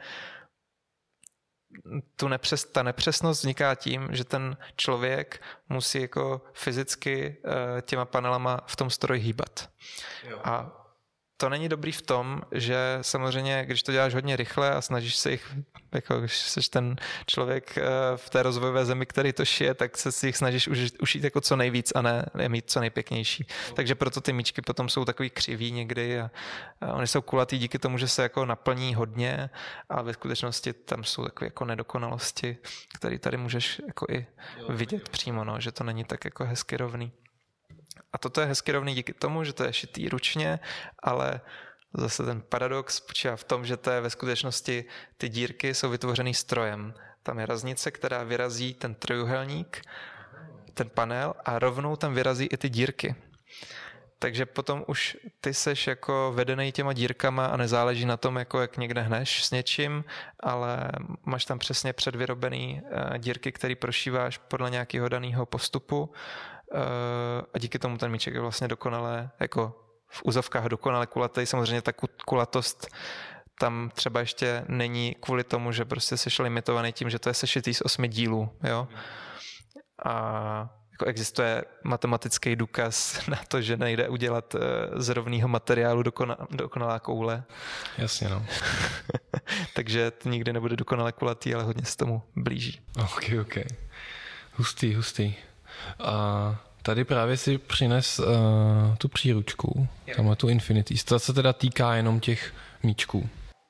tu nepřes, ta nepřesnost vzniká tím, že ten člověk musí jako fyzicky těma panelama v tom stroji hýbat. Jo. A to není dobrý v tom, že samozřejmě, když to děláš hodně rychle a snažíš se jich, jako když jsi ten člověk v té rozvojové zemi, který to šije, tak se si jich snažíš ušít jako co nejvíc a ne mít co nejpěknější. Takže proto ty míčky potom jsou takový křivý někdy a, a oni jsou kulatý díky tomu, že se jako naplní hodně, ale ve skutečnosti tam jsou takové jako nedokonalosti, které tady můžeš jako i vidět přímo, no, že to není tak jako hezky rovný. A toto je hezky rovný díky tomu, že to je šitý ručně, ale zase ten paradox spočívá v tom, že to je ve skutečnosti ty dírky jsou vytvořený strojem. Tam je raznice, která vyrazí ten trojúhelník, ten panel a rovnou tam vyrazí i ty dírky. Takže potom už ty seš jako vedený těma dírkama a nezáleží na tom, jako jak někde hneš s něčím, ale máš tam přesně předvyrobený dírky, který prošíváš podle nějakého daného postupu a díky tomu ten míček je vlastně dokonale, jako v úzovkách dokonale kulatý. Samozřejmě ta kulatost tam třeba ještě není kvůli tomu, že prostě jsi limitovaný tím, že to je sešitý z osmi dílů, jo. A jako existuje matematický důkaz na to, že nejde udělat z rovného materiálu dokona, dokonalá koule. Jasně, no. Takže to nikdy nebude dokonale kulatý, ale hodně se tomu blíží. Ok, ok. Hustý, hustý. A tady právě si přines uh, tu příručku, tamhle tu Infinity. To se teda týká jenom těch míčků.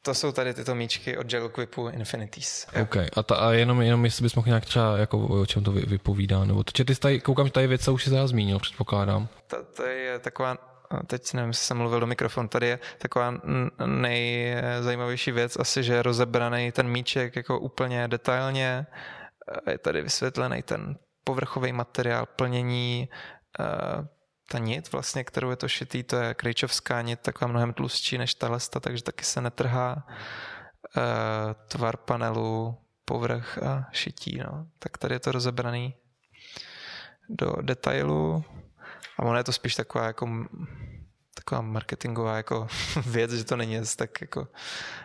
to jsou tady tyto míčky od Gel Quipu Infinities. OK. A, ta, a jenom, jenom jestli bys mohl nějak třeba, jako, o čem to vypovídá, nebo to, ty tady, koukám, že tady věc, co už si teda zmínil, předpokládám. To, to je taková, teď nevím, jestli jsem mluvil do mikrofonu, tady je taková nejzajímavější věc asi, že je rozebraný ten míček jako úplně detailně, je tady vysvětlený ten povrchový materiál, plnění, ta nit vlastně, kterou je to šitý, to je krejčovská nit, taková mnohem tlustší než ta lesta, takže taky se netrhá. Tvar panelu, povrch a šití, no. Tak tady je to rozebraný do detailu a ono je to spíš taková jako taková marketingová jako věc, že to není tak jako uh,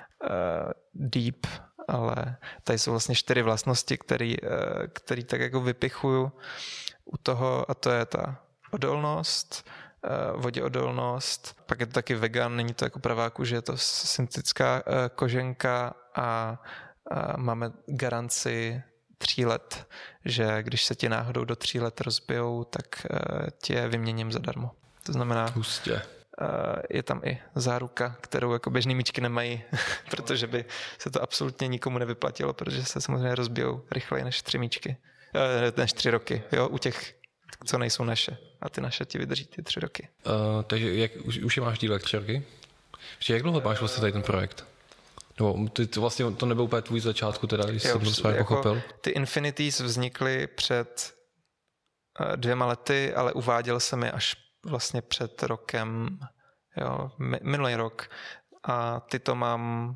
deep, ale tady jsou vlastně čtyři vlastnosti, který, uh, který tak jako vypichuju u toho a to je ta odolnost, uh, voděodolnost, pak je to taky vegan, není to jako pravá kůže, je to syntetická uh, koženka a uh, máme garanci tří let, že když se ti náhodou do tří let rozbijou, tak uh, tě vyměním zadarmo. To znamená, Hustě. je tam i záruka, kterou jako běžný míčky nemají, protože by se to absolutně nikomu nevyplatilo, protože se samozřejmě rozbijou rychleji než tři míčky, než tři roky, jo, u těch, co nejsou naše. A ty naše ti vydrží ty tři roky. Uh, takže jak, už, už je máš dílek tři roky? Ještě jak dlouho máš vlastně tady ten projekt? Nebo ty, ty vlastně to nebyl úplně tvůj začátku, teda, když jo, jsem to správně jako pochopil? Ty Infinities vznikly před dvěma lety, ale uváděl jsem je až vlastně před rokem, jo, minulý rok a ty to mám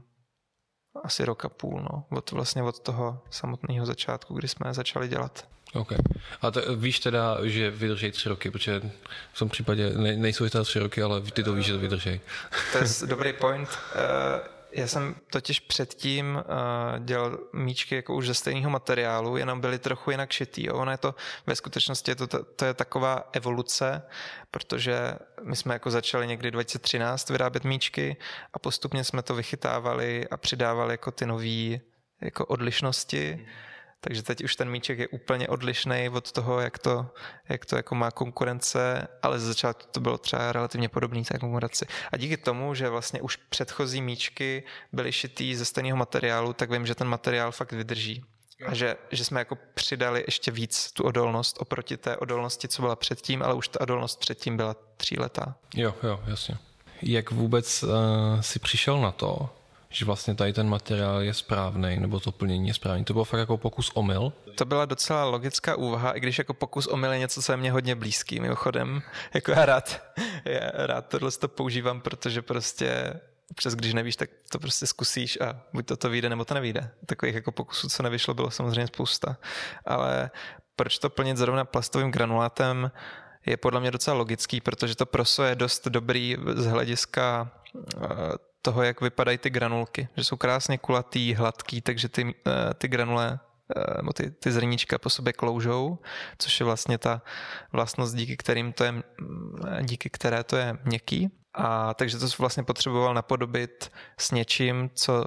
asi rok a půl, no, od, vlastně od toho samotného začátku, kdy jsme začali dělat. OK. A to, víš teda, že vydrží tři roky, protože v tom případě ne, nejsou teda tři roky, ale ty to víš, že to vydrží. To je dobrý point. Uh, Já jsem totiž předtím uh, dělal míčky jako už ze stejného materiálu, jenom byly trochu jinak šitý. Jo. Ono je to, ve skutečnosti je to, to je taková evoluce, protože my jsme jako začali někdy dva tisíce třináct vyrábět míčky a postupně jsme to vychytávali a přidávali jako ty nové jako odlišnosti. Takže teď už ten míček je úplně odlišný od toho, jak to, jak to jako má konkurence, ale ze začátku to bylo třeba relativně podobné té konkurenci. A díky tomu, že vlastně už předchozí míčky byly šitý ze stejného materiálu, tak vím, že ten materiál fakt vydrží. A že, že jsme jako přidali ještě víc tu odolnost oproti té odolnosti, co byla předtím, ale už ta odolnost předtím byla tříletá. Jo, jo, jasně. Jak vůbec uh, si přišel na to, že vlastně tady ten materiál je správný, nebo to plnění je správný. To bylo fakt jako pokus omyl? To byla docela logická úvaha, i když jako pokus omyl je něco, co je mě hodně blízký, mimochodem. Jako já rád, já rád tohle to používám, protože prostě přes když nevíš, tak to prostě zkusíš a buď to to vyjde, nebo to nevyjde. Takových jako pokusů, co nevyšlo, bylo samozřejmě spousta. Ale proč to plnit zrovna plastovým granulátem, je podle mě docela logický, protože to proso je dost dobrý z hlediska toho, jak vypadají ty granulky. Že jsou krásně kulatý, hladký, takže ty, ty granule, nebo ty, ty zrníčka po sobě kloužou, což je vlastně ta vlastnost, díky, kterým to je, díky které to je měkký. A takže to vlastně potřeboval napodobit s něčím, co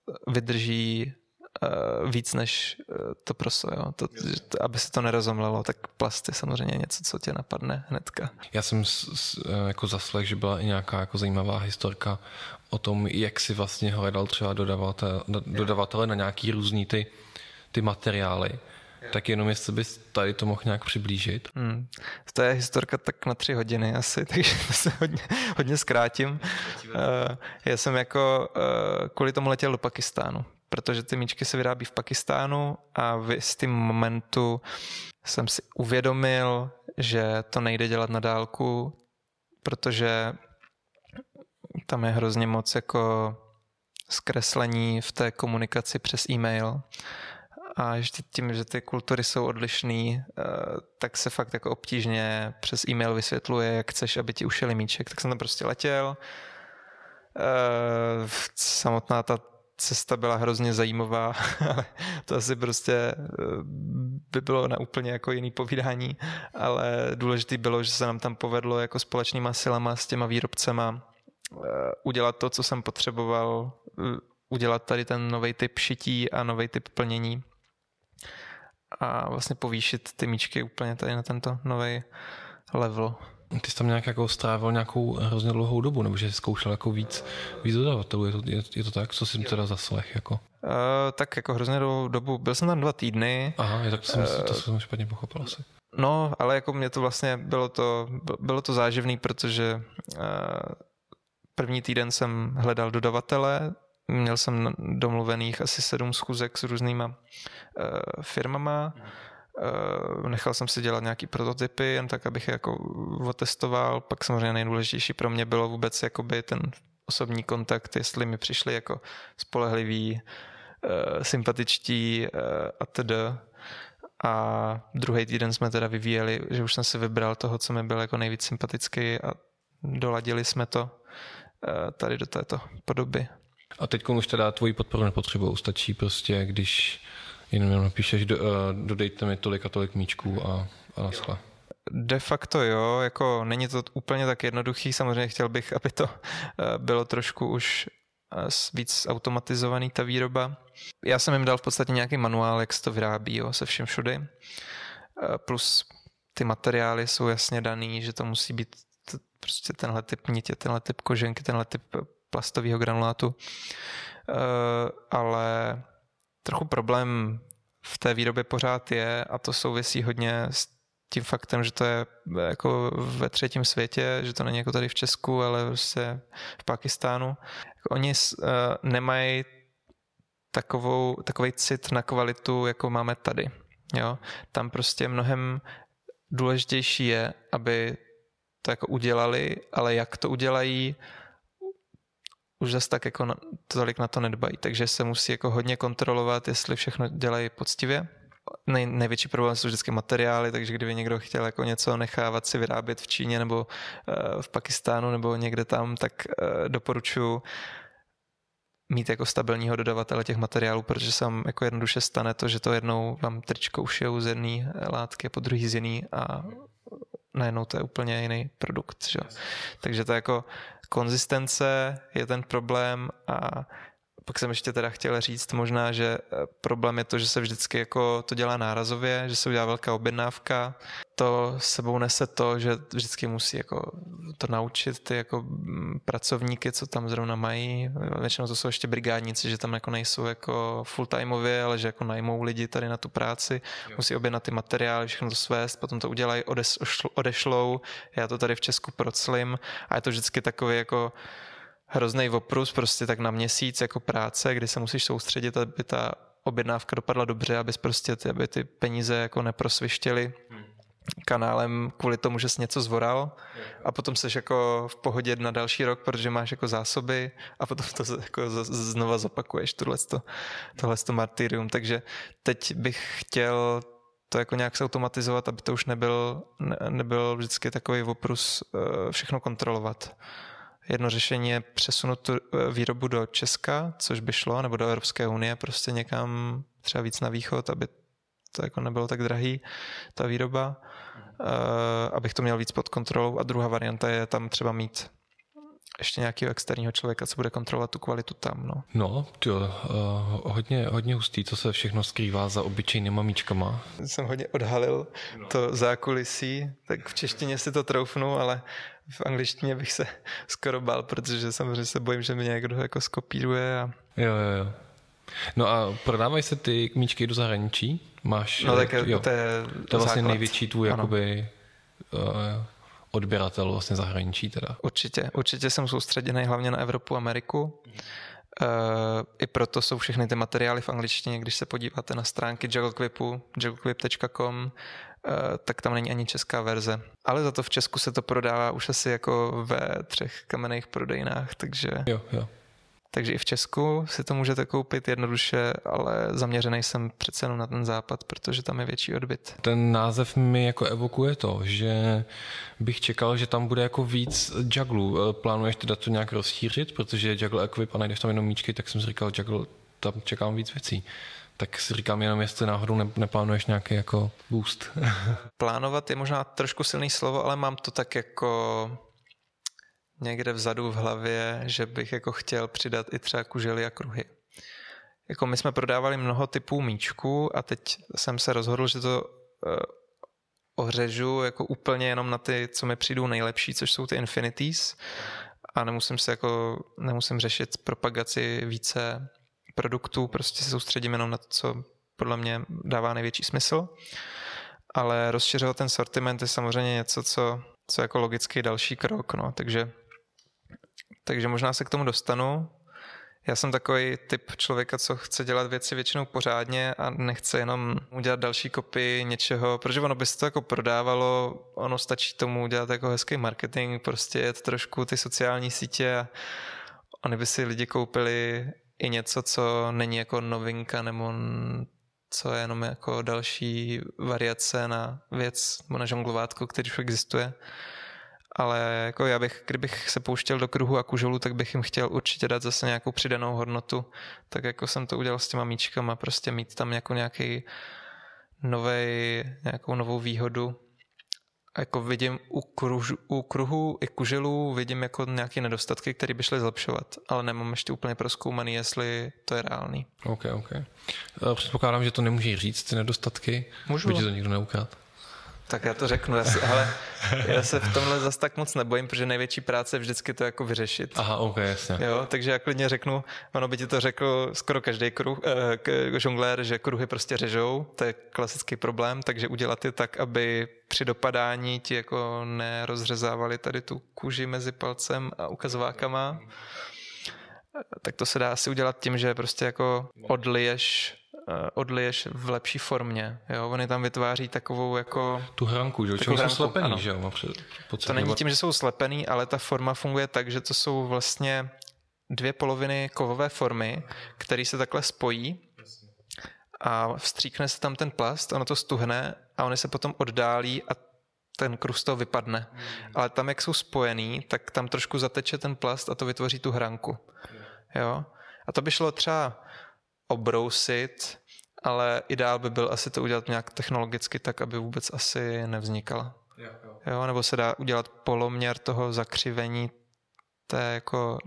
vydrží uh, víc než uh, to proso, jo. To, to, aby se to nerozomlelo, tak plast je samozřejmě něco, co tě napadne hnedka. Já jsem s, s, jako zaslech, že byla i nějaká jako zajímavá historka o tom, jak si vlastně hledal třeba dodavatel, dodavatele na nějaký různý ty, ty materiály. Tak jenom jestli bys tady to mohl nějak přiblížit. Hmm. To je historka tak na tři hodiny asi, takže to se hodně, hodně zkrátím. Uh, já jsem jako uh, kvůli tomu letěl do Pakistánu, protože ty míčky se vyrábí v Pakistánu a v jistým momentu jsem si uvědomil, že to nejde dělat na dálku, protože tam je hrozně moc jako zkreslení v té komunikaci přes e-mail. A ještě tím, že ty kultury jsou odlišný, tak se fakt jako obtížně přes e-mail vysvětluje, jak chceš, aby ti ušili míček. Tak jsem tam prostě letěl. Samotná ta cesta byla hrozně zajímavá, ale to asi prostě by bylo na úplně jako jiný povídání, ale důležitý bylo, že se nám tam povedlo jako společnýma silama s těma výrobcema udělat to, co jsem potřeboval, udělat tady ten nový typ šití a nový typ plnění a vlastně povýšit ty míčky úplně tady na tento nový level. Ty jsi tam nějak jako strávil nějakou hrozně dlouhou dobu, nebo že jsi zkoušel jako víc, víc dodavatelů, je to, je, je to tak? Co jsi teda zaslech jako? Uh, tak jako hrozně dlouhou dobu, byl jsem tam dva týdny. Aha, je tak to jsem, uh, to jsem špatně pochopil asi. No, ale jako mě to vlastně bylo to, bylo to záživný, protože uh, první týden jsem hledal dodavatele, měl jsem domluvených asi sedm schůzek s různýma uh, firmama, uh, nechal jsem si dělat nějaký prototypy, jen tak, abych je jako otestoval, pak samozřejmě nejdůležitější pro mě bylo vůbec jakoby ten osobní kontakt, jestli mi přišli jako spolehliví, uh, sympatičtí uh, a td. A druhý týden jsme teda vyvíjeli, že už jsem si vybral toho, co mi byl jako nejvíc sympatický a doladili jsme to uh, tady do této podoby. A teď už teda tvoji podporu nepotřebují, stačí prostě, když jenom napíšeš, do, uh, dodejte mi tolik a tolik míčků a, a naschle. De facto jo, jako není to úplně tak jednoduchý, samozřejmě chtěl bych, aby to bylo trošku už víc automatizovaný ta výroba. Já jsem jim dal v podstatě nějaký manuál, jak se to vyrábí, jo, se všem všudy. Plus ty materiály jsou jasně daný, že to musí být prostě tenhle typ nitě, tenhle typ koženky, tenhle typ plastového granulátu. Ale trochu problém v té výrobě pořád je, a to souvisí hodně s tím faktem, že to je jako ve třetím světě, že to není jako tady v Česku, ale prostě v Pákistánu. Oni uh, nemají takovou, takovej cit na kvalitu, jako máme tady. Jo? Tam prostě mnohem důležitější je, aby to jako udělali, ale jak to udělají, už zase tak jako na, tolik na to nedbají. Takže se musí jako hodně kontrolovat, jestli všechno dělají poctivě. Nej, největší problém jsou vždycky materiály, takže kdyby někdo chtěl jako něco nechávat si vyrábět v Číně nebo uh, v Pakistánu nebo někde tam, tak uh, doporučuji mít jako stabilního dodavatele těch materiálů, protože se vám jako jednoduše stane to, že to jednou vám tričko ušijou z jedné látky a po druhý z jiný a najednou to je úplně jiný produkt. Že? Takže to jako konzistence je ten problém a pak jsem ještě teda chtěl říct možná, že problém je to, že se vždycky jako to dělá nárazově, že se udělá velká objednávka. To sebou nese to, že vždycky musí jako to naučit ty jako pracovníky, co tam zrovna mají. Většinou to jsou ještě brigádníci, že tam jako nejsou jako full-timeově, ale že jako najmou lidi tady na tu práci. Musí objednat ty materiály, všechno to svést, potom to udělají, odešlou. Já to tady v Česku proclím a je to vždycky takový jako hrozný oprus prostě tak na měsíc jako práce, kdy se musíš soustředit, aby ta objednávka dopadla dobře, abys prostě ty, aby ty peníze jako neprosvištěly kanálem kvůli tomu, že jsi něco zvoral a potom seš jako v pohodě na další rok, protože máš jako zásoby a potom to jako znova zopakuješ tohleto, tohleto martyrium. Takže teď bych chtěl to jako nějak zautomatizovat, aby to už nebyl, ne, nebyl vždycky takový oprus všechno kontrolovat. Jedno řešení je přesunout tu výrobu do Česka, což by šlo, nebo do Evropské unie, prostě někam třeba víc na východ, aby to jako nebylo tak drahý, ta výroba, uh, abych to měl víc pod kontrolou. A druhá varianta je tam třeba mít ještě nějakého externího člověka, co bude kontrolovat tu kvalitu tam. No, no tyjo, uh, hodně, hodně hustý, co se všechno skrývá za obyčejnýma míčkama. Jsem hodně odhalil to zákulisí, tak v češtině si to troufnu, ale v angličtině bych se skoro bál, protože samozřejmě se bojím, že mi někdo jako skopíruje. A... Jo, jo, jo. No a prodávají se ty míčky do zahraničí? Máš, no tak jo, to je to je vlastně základ. Největší tvůj jakoby uh, odběratel vlastně zahraničí teda. Určitě, určitě jsem soustředěný hlavně na Evropu, Ameriku. Uh, I proto jsou všechny ty materiály v angličtině, když se podíváte na stránky JuggleQuipu, jugglequip tečka com, uh, tak tam není ani česká verze. Ale za to v Česku se to prodává už asi jako ve třech kamenných prodejnách, takže... Jo, jo. Takže i v Česku si to můžete koupit jednoduše, ale zaměřený jsem přece jenom na ten západ, protože tam je větší odbyt. Ten název mi jako evokuje to, že bych čekal, že tam bude jako víc jugglů. Plánuješ teda to nějak rozšířit, protože Juggle Equip a najdeš tam jenom míčky, tak jsem si říkal, Juggle, tam čekám víc věcí. Tak si říkám jenom, jestli náhodou ne, neplánuješ nějaký jako boost. Plánovat je možná trošku silný slovo, ale mám to tak jako... někde vzadu v hlavě, že bych jako chtěl přidat i třeba kužely a kruhy. Jako my jsme prodávali mnoho typů míčků a teď jsem se rozhodl, že to uh, ohřežu jako úplně jenom na ty, co mi přijdou nejlepší, což jsou ty Infinities a nemusím se jako, nemusím řešit propagaci více produktů, prostě se soustředím jenom na to, co podle mě dává největší smysl. Ale rozšiřovat ten sortiment je samozřejmě něco, co, co jako logický další krok, no, takže, takže možná se k tomu dostanu. Já jsem takový typ člověka, co chce dělat věci většinou pořádně a nechce jenom udělat další kopii něčeho, protože ono by se to jako prodávalo, ono stačí tomu udělat jako hezký marketing, prostě je to trošku ty sociální sítě a oni by si lidi koupili i něco, co není jako novinka nebo co je jenom jako další variace na věc nebo na žonglovátko, který už existuje. Ale jako já bych, kdybych se pouštěl do kruhu a kuželů, tak bych jim chtěl určitě dát zase nějakou přidanou hodnotu. Tak jako jsem to udělal s těma míčkama, prostě mít tam jako nějaký novej, nějakou novou výhodu. A jako vidím u, kruž, u kruhu i kuželů vidím jako nějaké nedostatky, které by šly zlepšovat, ale nemám ještě úplně prozkoumaný, jestli to je reálný. OK, OK. Předpokládám, že to nemůžeš říct, ty nedostatky. Můžu. By ti to nikdo neukrát. Tak já to řeknu, já se, ale já se v tomhle zas tak moc nebojím, protože největší práce je vždycky to jako vyřešit. Aha, ok, jasně. Jo, takže já klidně řeknu, ono by ti to řekl skoro každý kruh, eh, žonglér, že kruhy prostě řežou, to je klasický problém, takže udělat je tak, aby při dopadání ti jako nerozřezávali tady tu kůži mezi palcem a ukazovákama. Tak to se dá asi udělat tím, že prostě jako odliješ odliješ v lepší formě. Jo? Oni tam vytváří takovou jako... Tu hranku, že? Čemu jsou slepený, že jo? To není tím, že jsou slepený, ale ta forma funguje tak, že to jsou vlastně dvě poloviny kovové formy, které se takhle spojí a vstříkne se tam ten plast, ono to stuhne a oni se potom oddálí a ten kruh z toho vypadne. Ale tam, jak jsou spojený, tak tam trošku zateče ten plast a to vytvoří tu hranku. Jo? A to by šlo třeba obrousit, ale ideál by byl asi to udělat nějak technologicky tak, aby vůbec asi nevznikala. Jo, jo. Jo, nebo se dá udělat poloměr toho zakřivení té jako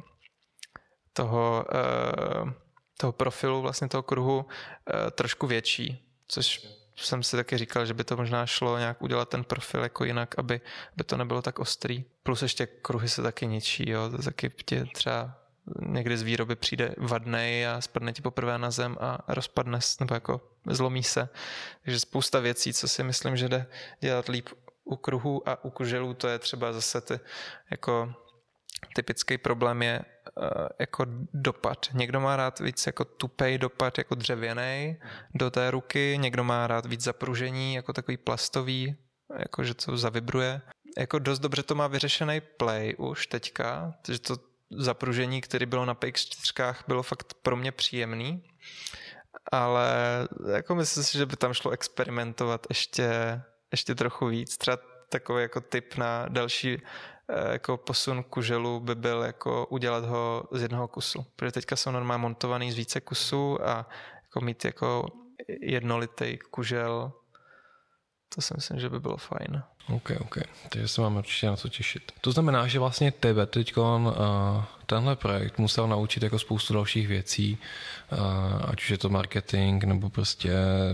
toho, uh, toho profilu vlastně toho kruhu uh, trošku větší, což jsem si taky říkal, že by to možná šlo nějak udělat ten profil jako jinak, aby, aby to nebylo tak ostrý. Plus ještě kruhy se taky ničí, jo, to taky tě třeba někdy z výroby přijde vadnej a spadne ti poprvé na zem a rozpadne se, nebo jako zlomí se. Takže spousta věcí, co si myslím, že jde dělat líp u kruhů a u kuželů, to je třeba zase ty, jako typický problém je uh, jako dopad. Někdo má rád víc jako tupej dopad, jako dřevěnej do té ruky, někdo má rád víc zapružení, jako takový plastový, jako že to zavibruje. Jako dost dobře to má vyřešený Play už teďka, takže to zapružení, které bylo na P X čtyři, bylo fakt pro mě příjemný, ale jako myslím si, že by tam šlo experimentovat ještě, ještě trochu víc. Třeba takový jako tip na další jako posun kuželu by byl jako udělat ho z jednoho kusu, protože teďka jsou normálně montovaný z více kusů a jako mít jako jednolitý kužel, to si myslím, že by bylo fajn. OK, OK. Takže se máme určitě na co těšit. To znamená, že vlastně tebe teď uh, tenhle projekt musel naučit jako spoustu dalších věcí, uh, ať už je to marketing, nebo prostě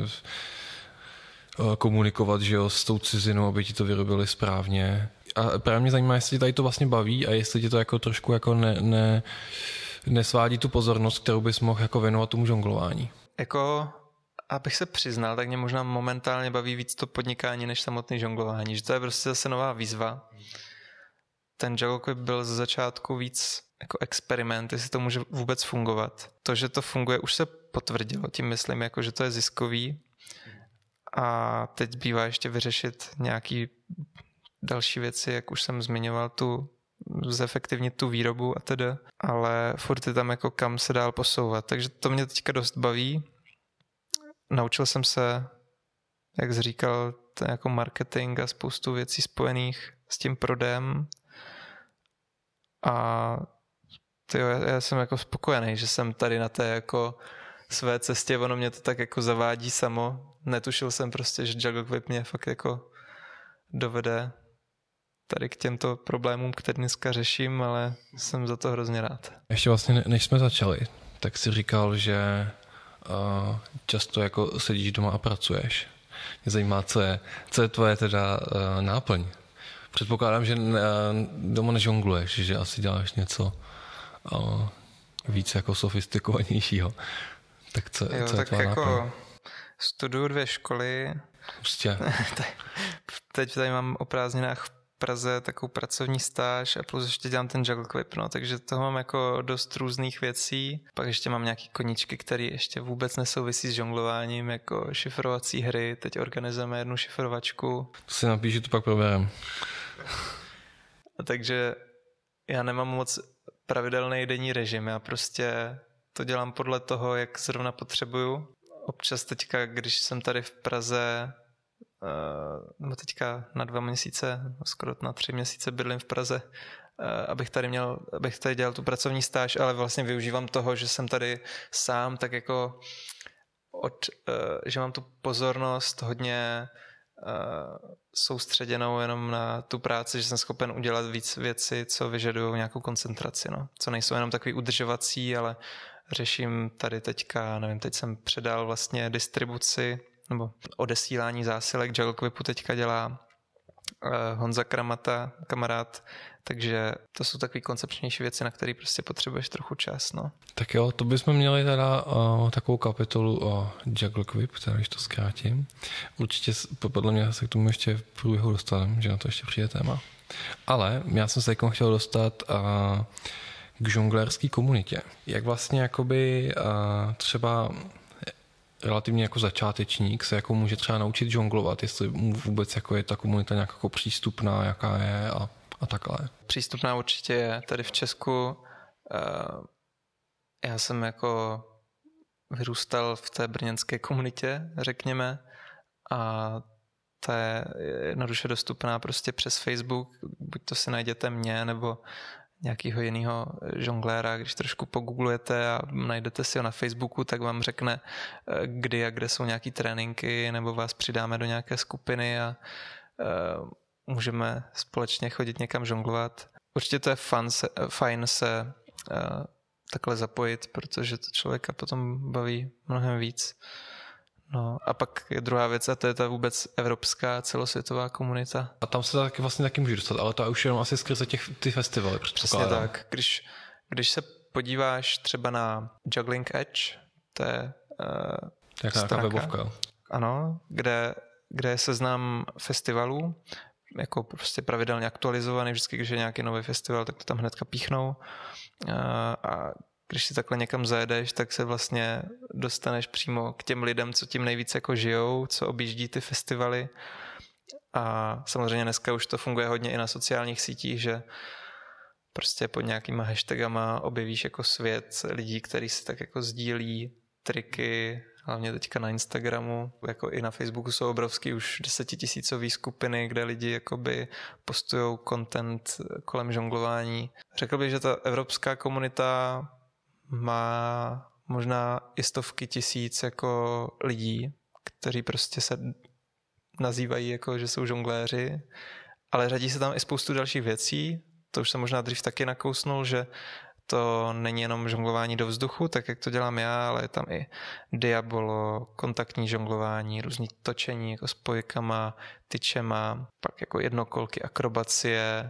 uh, komunikovat, že jo, s tou cizinou, aby ti to vyrobili správně. A právě mě zajímá, jestli tě tady to vlastně baví a jestli ti to jako trošku jako ne, ne, nesvádí tu pozornost, kterou bys mohl jako věnovat tomu žonglování. Jako... Abych se přiznal, tak mě možná momentálně baví víc to podnikání než samotné žonglování, že to je prostě zase nová výzva. Ten juggle byl ze začátku víc jako experiment, jestli to může vůbec fungovat. To, že to funguje, už se potvrdilo, tím myslím, jako, že to je ziskový a teď bývá ještě vyřešit nějaký další věci, jak už jsem zmiňoval, tu zefektivnit tu výrobu a tedy, ale furt je tam jako kam se dál posouvat, takže to mě teďka dost baví. Naučil jsem se, jak jsi říkal, ten jako marketing a spoustu věcí spojených s tím prodejem a tyjo, já, já jsem jako spokojený, že jsem tady na té jako své cestě, ono mě to tak jako zavádí samo. Netušil jsem prostě, že Juggle Whip mě fakt jako dovede tady k těmto problémům, které dneska řeším, ale jsem za to hrozně rád. Ještě vlastně, než jsme začali, tak jsi říkal, že uh, často jako sedíš doma a pracuješ. mě zajímá, co je, co je tvoje teda uh, náplň. Předpokládám, že ne, doma nežongluješ, že asi děláš něco uh, víc jako sofistikovanějšího. Tak co, jo, co tak je jako náplň? Studuju dvě školy. Prostě. Teď tady mám o prázdninách v Praze takovou pracovní stáž a plus ještě dělám ten juggle clip, no, takže toho mám jako dost různých věcí. Pak ještě mám nějaký koníčky, které ještě vůbec nesouvisí s žonglováním, jako šifrovací hry. Teď organizujeme jednu šifrovačku. To si napíš, že to pak proberem. A takže já nemám moc pravidelný denní režim, já prostě to dělám podle toho, jak zrovna potřebuju. Občas teďka, když jsem tady v Praze, nebo teďka na dva měsíce, skoro na tři měsíce bydlím v Praze, abych tady měl, abych tady dělal tu pracovní stáž, ale vlastně využívám toho, že jsem tady sám, tak jako od, že mám tu pozornost hodně soustředěnou jenom na tu práci, že jsem schopen udělat víc věcí, co vyžadují nějakou koncentraci, no. Co nejsou jenom takový udržovací, ale řeším tady teďka, nevím, teď jsem předal vlastně distribuci nebo odesílání zásilek Juggle Clipu teďka dělá uh, Honza Kramata, kamarád, takže to jsou takové koncepčnější věci, na které prostě potřebuješ trochu čas, no. Tak jo, to bychom měli teda uh, takovou kapitolu o Juggle Clip, teda když to zkrátím. Určitě podle mě se k tomu ještě v průběhu dostaneme, že na to ještě přijde téma. Ale já jsem se jako chtěl dostat uh, k žonglerské komunitě. Jak vlastně jakoby uh, třeba relativně jako začátečník se jako může třeba naučit žonglovat, jestli vůbec jako je ta komunita nějak jako přístupná, jaká je a, a takhle. Přístupná určitě je. Tady v Česku uh, já jsem jako vyrůstal v té brněnské komunitě, řekněme, a ta je jednoduše dostupná prostě přes Facebook, buď to si najděte mě, nebo nějakého jiného žongléra, když trošku pogooglujete a najdete si ho na Facebooku, tak vám řekne, kdy a kde jsou nějaký tréninky, nebo vás přidáme do nějaké skupiny a uh, můžeme společně chodit někam žonglovat. Určitě to je fun se, fajn se uh, takhle zapojit, protože to člověka potom baví mnohem víc. No a pak je druhá věc a to je ta vůbec evropská celosvětová komunita. A tam se taky vlastně taky může dostat, ale to už jenom asi skrze těch, ty festivaly. Přesně tak. Když, když se podíváš třeba na Juggling Edge, to je uh, to je nějaká webovka. Ano, kde, kde je seznam festivalů, jako prostě pravidelně aktualizovaný, vždycky, když je nějaký nový festival, tak to tam hnedka píchnou. Uh, a když si takhle někam zajedeš, tak se vlastně dostaneš přímo k těm lidem, co tím nejvíc jako žijou, co objíždí ty festivaly. A samozřejmě dneska už to funguje hodně i na sociálních sítích, že prostě pod nějakýma hashtagama objevíš jako svět lidí, kteří si tak jako sdílí triky, hlavně teďka na Instagramu, jako i na Facebooku jsou obrovský už desetitisícový skupiny, kde lidi jakoby postujou content kolem žonglování. Řekl bych, že ta evropská komunita má možná i stovky tisíc jako lidí, kteří prostě se nazývají jako, že jsou žongléři, ale řadí se tam i spoustu dalších věcí. To už jsem možná dřív taky nakousnul, že to není jenom žonglování do vzduchu, tak jak to dělám já, ale je tam i diabolo, kontaktní žonglování, různý točení jako spojkama, tyčema, pak jako jednokolky, akrobacie,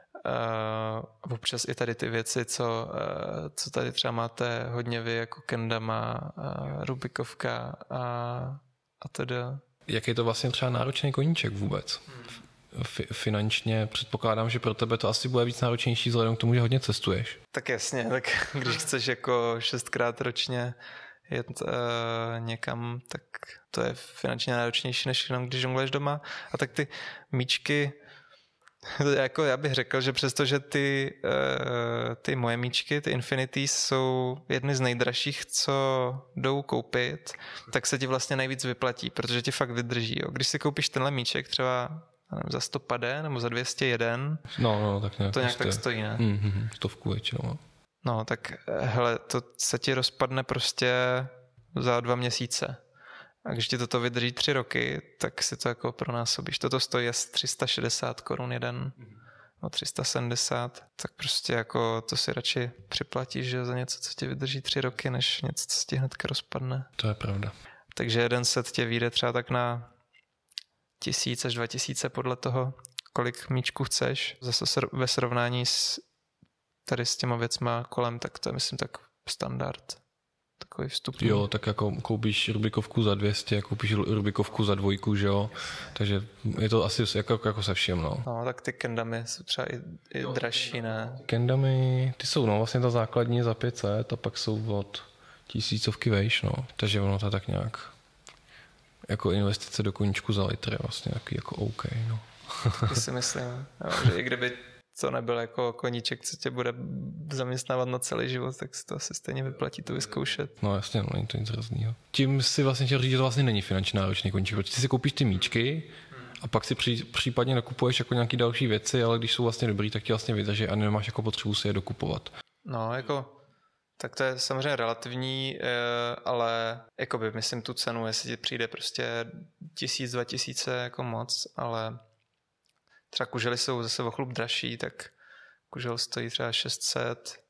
uh, občas i tady ty věci, co, uh, co tady třeba máte hodně vy, jako kendama, uh, rubikovka a, a teda. Jak je to vlastně třeba náročný koníček vůbec? F- finančně předpokládám, že pro tebe to asi bude víc náročnější vzhledem k tomu, že hodně cestuješ. Tak jasně, tak když chceš jako šestkrát ročně jet uh, někam, tak to je finančně náročnější, než jenom když žongluješ doma. A tak ty míčky, jako já bych řekl, že přestože ty, uh, ty moje míčky, ty Infinities jsou jedny z nejdražších, co jdou koupit, tak se ti vlastně nejvíc vyplatí, protože ti fakt vydrží. Jo. Když si koupíš tenhle míček třeba nevím, za sto pade nebo za dvě stě jedna, no, no, tak nějak to nějak tak stojí, ne? Mm-hmm, stovku většinou. No, tak hele, to se ti rozpadne prostě za dva měsíce. A když ti toto vydrží tři roky, tak si to jako pronásobíš. Toto stojí asi tři sta šedesát korun jeden, no tři sta sedmdesát, tak prostě jako to si radši připlatíš, že za něco, co ti vydrží tři roky, než něco, co ti hnedka rozpadne. To je pravda. Takže jeden set tě vyjde třeba tak na tisíc až dva tisíce podle toho, kolik míčků chceš. Zase ve srovnání s tady s těma věcma kolem, tak to je myslím tak standard. Takový vstupný. Jo, tak jako koupíš Rubikovku za dvě stě, koupíš Rubikovku za dvojku, že jo, takže je to asi jako, jako se všem, no. No, tak ty kendamy jsou třeba i, i dražší, ne? Kendamy, ty jsou, no, vlastně ta základní za pět set a pak jsou od tisícovky vejš, no, takže ono to tak nějak jako investice do koníčku za litr je vlastně taky jako OK, no. Taky si myslím, jo, že i kdyby to nebyl jako koníček, co tě bude zaměstnávat na celý život, tak si to asi stejně vyplatí to vyzkoušet. No jasně, no, není to nic hroznýho. Tím si vlastně chtěl říct, že to vlastně není finančně náročný koníček, protože ty si koupíš ty míčky a pak si pří, případně nakupuješ jako nějaký další věci, ale když jsou vlastně dobrý, tak ti vlastně vydrží a nemáš jako potřebu si je dokupovat. No, jako tak to je samozřejmě relativní, ale jakoby myslím tu cenu, jestli ti přijde prostě tisíc, dva tisíce jako moc, ale třeba kužely jsou zase o chlup dražší, tak kužel stojí třeba šest set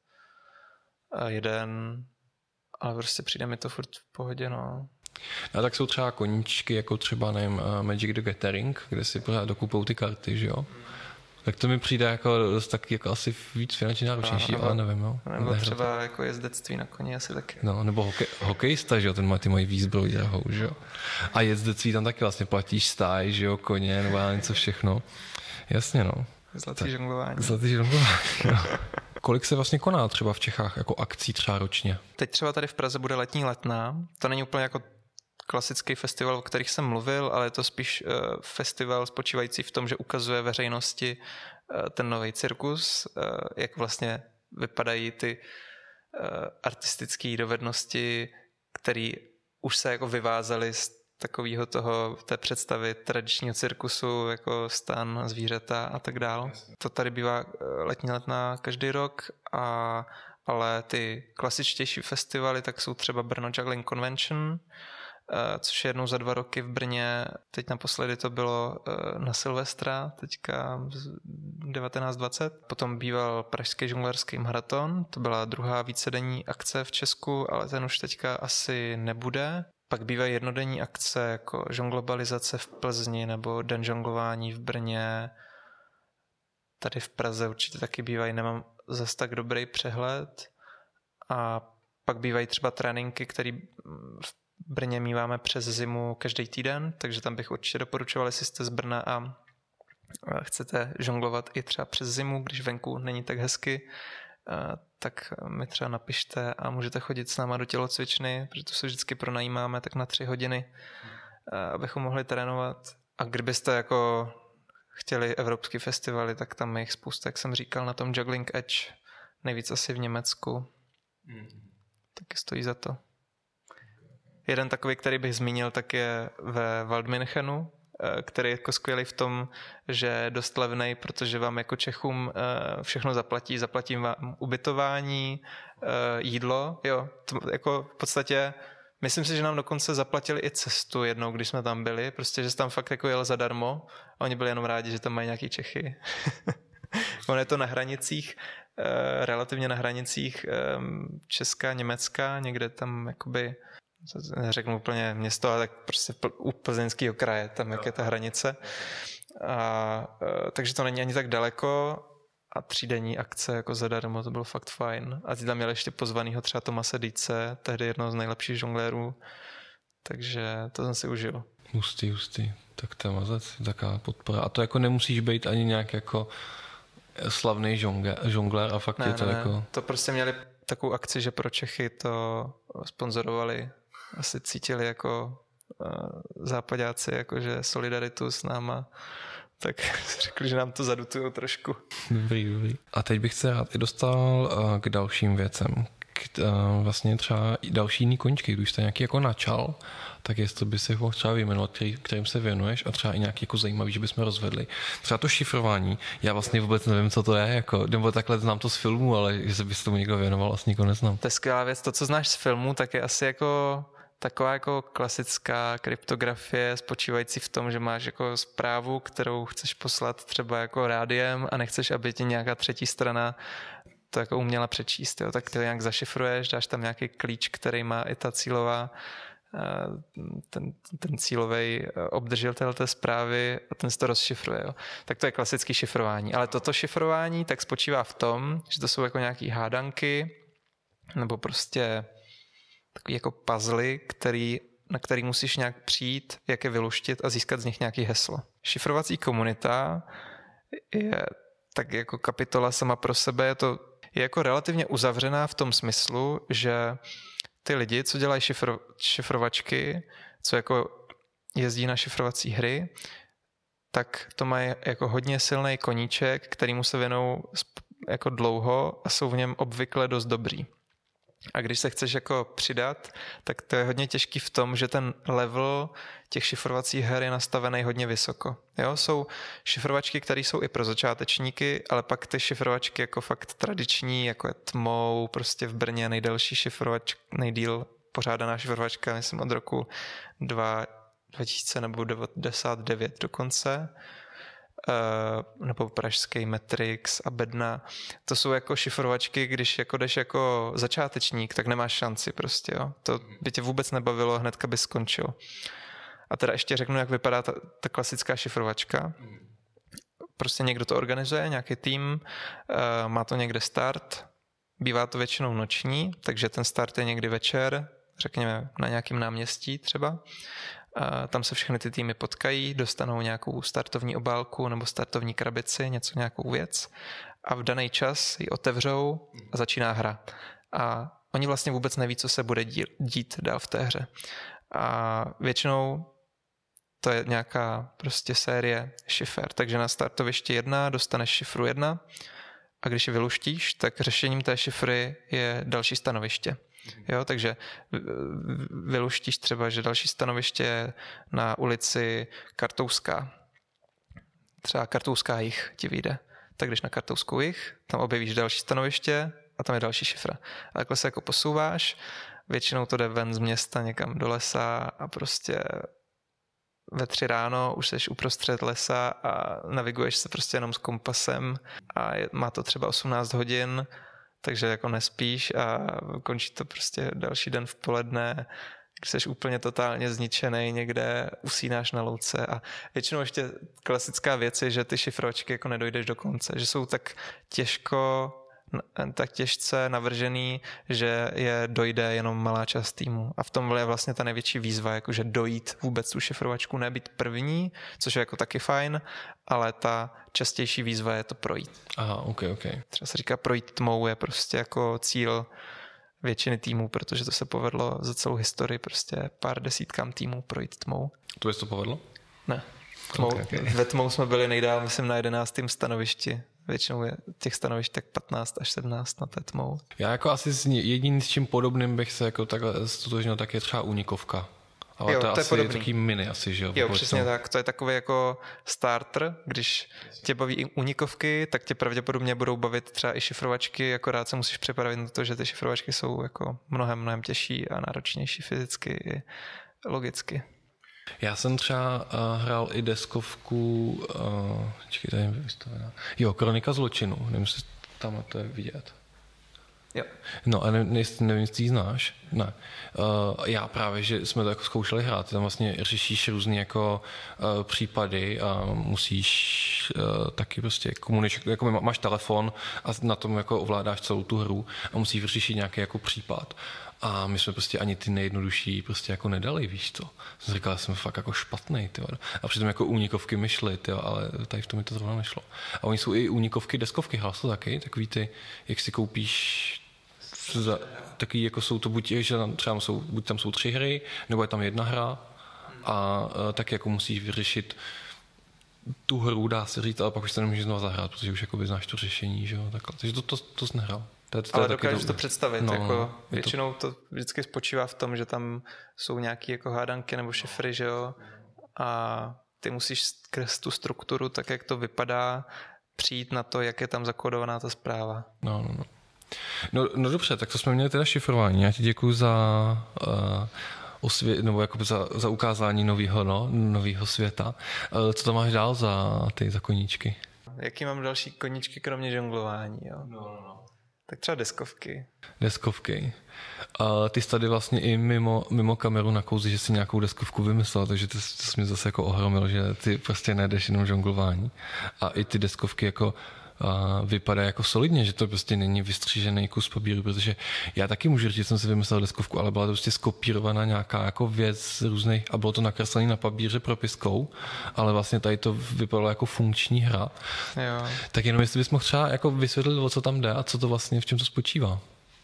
a jeden, ale prostě přijde mi to furt v pohodě, no. A tak jsou třeba koníčky, jako třeba, nevím, Magic the Gathering, kde si pořád dokupou ty karty, že jo? Tak to mi přijde jako dost taky jako asi víc finančně náročnější, ale nevím, no. Nebo Nehra třeba to. Jako jezdectví na koni asi taky. No, nebo hokej, hokejista, že jo, ten má, ty mají výzbroj drahou, že jo. A jezdectví tam taky vlastně platíš stáj, že jo, koně, nebo já něco všechno. Jasně, no. Zlatý tak, žonglování. Zlatý žonglování, no. Kolik se vlastně koná třeba v Čechách jako akcí třeba ročně? Teď třeba tady v Praze bude letní letná. To není úplně jako klasický festival, o kterých jsem mluvil, ale je to spíš uh, festival spočívající v tom, že ukazuje veřejnosti uh, ten nový cirkus, uh, jak vlastně vypadají ty uh, artistické dovednosti, které už se jako vyvázaly z takového toho, té představy tradičního cirkusu, jako stan, zvířata a tak dále. To tady bývá letní letná každý rok, a, ale ty klasičtější festivaly tak jsou třeba Brno Juggling Convention, což je jednou za dva roky v Brně. Teď naposledy to bylo na Silvestra, teďka devatenáct dvacet. Potom býval pražský žonglerský maraton, to byla druhá vícedenní akce v Česku, ale ten už teďka asi nebude. Pak bývají jednodenní akce jako žonglobalizace v Plzni nebo Den žonglování v Brně. Tady v Praze určitě taky bývají, nemám zas tak dobrý přehled. A pak bývají třeba tréninky, které v Brně míváme přes zimu každý týden, takže tam bych určitě doporučoval, jestli jste z Brna a chcete žonglovat i třeba přes zimu, když venku není tak hezky, tak mi třeba napište a můžete chodit s náma do tělocvičny, protože to se vždycky pronajímáme tak na tři hodiny, abychom mohli trénovat. A kdybyste jako chtěli evropský festivaly, tak tam je jich spousta, jak jsem říkal, na tom Juggling Edge, nejvíc asi v Německu. Mm. Taky stojí za to. Jeden takový, který bych zmínil, tak je ve Waldmünchenu, který je jako skvělý v tom, že je dost levnej, protože vám jako Čechům všechno zaplatí. Zaplatím vám ubytování, jídlo, jo, to jako v podstatě myslím si, že nám dokonce zaplatili i cestu jednou, když jsme tam byli, prostě, že jsi tam fakt jako jel zadarmo a oni byli jenom rádi, že tam mají nějaký Čechy. Ono je to na hranicích, relativně na hranicích Česka, Německa, někde tam jakoby neřeknu úplně město, ale tak prostě u plzeňského kraje, tam jak je ta hranice. A, takže to není ani tak daleko a třídenní akce jako zadarmo, to bylo fakt fajn. A ty tam měli ještě pozvanýho třeba Tomase Dietze, tehdy jednoho z nejlepších žonglérů, takže to jsem si užil. Hustý, hustý. Tak to je mazec, taková podpora. A to jako nemusíš být ani nějak jako slavný žonglér a fakt ne, je to ne, jako... To prostě měli takovou akci, že pro Čechy to sponzorovali, asi cítili jako uh, západáci, jakože solidaritu s náma, tak si řekli, že nám to zadutujou trošku. Dobrý, dobrý. A teď bych se rád i dostal uh, k dalším věcem. K, uh, vlastně třeba i další jiný koníčky, když jste nějaký jako načal, tak jestli by si mohl třeba vyjmenovat, který, kterým se věnuješ a třeba i nějaký jako zajímavý, že bychom rozvedli. Třeba to šifrování, já vlastně vůbec nevím, co to je, jako, nebo takhle znám to z filmu, ale že by se tomu někdo věnoval, vlastně nikdo neznám. To je skvělá věc, to, co znáš z filmu, tak je asi jako taková jako klasická kryptografie spočívající v tom, že máš jako zprávu, kterou chceš poslat třeba jako rádiem a nechceš, aby ti nějaká třetí strana to jako uměla přečíst, jo? Tak ty ho nějak zašifruješ, dáš tam nějaký klíč, který má i ta cílová ten, ten cílový obdržitel té zprávy a ten se to rozšifruje. Jo. Tak to je klasický šifrování. Ale toto šifrování tak spočívá v tom, že to jsou jako nějaký hádanky nebo prostě takový jako puzzly, který, na který musíš nějak přijít, jak je vyluštit a získat z nich nějaký heslo. Šifrovací komunita je tak jako kapitola sama pro sebe, je to je jako relativně uzavřená v tom smyslu, že ty lidi, co dělají šifro, šifrovačky, co jako jezdí na šifrovací hry, tak to mají jako hodně silný koníček, kterýmu se věnou jako dlouho a jsou v něm obvykle dost dobrý. A když se chceš jako přidat, tak to je hodně těžký v tom, že ten level těch šifrovacích her je nastavený hodně vysoko. Jo? Jsou šifrovačky, které jsou i pro začátečníky, ale pak ty šifrovačky jako fakt tradiční, jako je Tmou, prostě v Brně nejdelší šifrovač, nejdýl pořádaná šifrovačka, myslím od roku dva tisíce nebo devadesát devět dokonce, nebo pražský Matrix a Bedna. To jsou jako šifrovačky, když jako jdeš jako začátečník, tak nemáš šanci prostě, jo. To by tě vůbec nebavilo, hnedka by skončil. A teda ještě řeknu, jak vypadá ta, ta klasická šifrovačka. Prostě někdo to organizuje, nějaký tým, má to někde start, bývá to většinou noční, takže ten start je někdy večer, řekněme na nějakém náměstí třeba. A tam se všechny ty týmy potkají, dostanou nějakou startovní obálku nebo startovní krabici, něco, nějakou věc a v daný čas ji otevřou a začíná hra. A oni vlastně vůbec neví, co se bude dít dál v té hře. A většinou to je nějaká prostě série šifer. Takže na startovišti jedna dostaneš šifru jedna a když ji vyluštíš, tak řešením té šifry je další stanoviště. Jo, takže vyluštíš třeba, že další stanoviště je na ulici Kartouská. Třeba Kartouská jih ti vyjde. Tak když na Kartouskou jih, tam objevíš další stanoviště a tam je další šifra. A takhle se jako posouváš, většinou to jde ven z města někam do lesa a prostě ve tři ráno už seš uprostřed lesa a naviguješ se prostě jenom s kompasem a je, má to třeba osmnáct hodin, takže jako nespíš a končí to prostě další den v poledne, když jsi úplně totálně zničený někde, usínáš na louce a většinou ještě klasická věc je, že ty šifrovačky jako nedojdeš do konce, že jsou tak těžko, tak těžce navržený, že je dojde jenom malá část týmu. A v tom je vlastně ta největší výzva, jakože dojít vůbec tu šifrovačku, nebýt první, což je jako taky fajn, ale ta častější výzva je to projít. Aha, ok, ok. Třeba se říká projít tmou je prostě jako cíl většiny týmů, protože to se povedlo za celou historii prostě pár desítkám týmů projít tmou. To se to povedlo? Ne. Tmou, okay, okay. Ve tmou jsme byli nejdál, myslím, na jedenáctém stanovišti. Většinou je těch stanovišť tak patnáct až sedmnáct na té tmou. Já jako asi s jediný s čím podobným bych se jako takhle stotožnil, tak je třeba únikovka. Ale jo, to, to je asi podobný. Taký mini asi, že jo? Jo, přesně tak. To je takový jako starter, když tě baví i únikovky, tak tě pravděpodobně budou bavit třeba i šifrovačky, akorát se musíš připravit na to, že ty šifrovačky jsou jako mnohem, mnohem těžší a náročnější fyzicky i logicky. Já jsem třeba uh, hrál i deskovku, uh, čekaj, tady je vystavená. Jo, Kronika zločinu, nevím, jestli tam to je vidět. Jo. No a ne, ne, nevím, jestli ji znáš. Ne. Uh, já právě, že jsme to jako zkoušeli hrát, tam vlastně řešíš různý jako uh, případy a musíš uh, taky prostě komunikovat, jako máš telefon a na tom jako ovládáš celou tu hru a musíš vyřešit nějaký jako případ. A my jsme prostě ani ty nejjednodušší prostě jako nedali, víš co. Jsem říkal, že jsme fakt jako špatnej, tyjo. A přitom jako únikovky my šly, tyjo, ale tady v tom mi to zrovna nešlo. A oni jsou i únikovky, deskovky, hrál to taky, takový ty, jak si koupíš za, taky jako jsou to buď, že tam třeba jsou, buď tam jsou tři hry, nebo je tam jedna hra a, a tak jako musíš vyřešit tu hru, dá se říct, ale pak už se nemůžeš znovu zahrát, protože už jako znáš to řešení, že jo, takhle. Takže to, to, to jsi nehrál. To, to ale dokážeš to představit, no, jako většinou to vždycky spočívá v tom, že tam jsou nějaké jako hádanky nebo šifry, že jo, a ty musíš skrz tu strukturu, tak jak to vypadá, přijít na to, jak je tam zakódovaná ta zpráva. No, no, no. No, no dobře, tak to jsme měli teda šifrování. Já ti děkuju za uh, osvě- nebo jako za, za ukázání nového, no, nového světa. Uh, co tam máš dál za ty za koníčky? Jaký mám další koníčky kromě žonglování, jo? No, no, no. Tak třeba deskovky. Deskovky. A ty jsi tady vlastně i mimo, mimo kameru na kouzi, že jsi nějakou deskovku vymyslel, takže to, to jsi mě zase jako ohromil, že ty prostě nejdeš jenom žonglování. A i ty deskovky jako a vypadá jako solidně, že to prostě není vystřížený kus papíru, protože já taky můžu říct, že jsem si vymyslel deskovku, ale byla to prostě skopírovaná nějaká jako věc z různých a bylo to nakreslené na papíře propiskou, ale vlastně tady to vypadalo jako funkční hra. Jo. Tak jenom jestli bys mohl třeba jako vysvětlit, o co tam jde a co to vlastně, v čem to spočívá.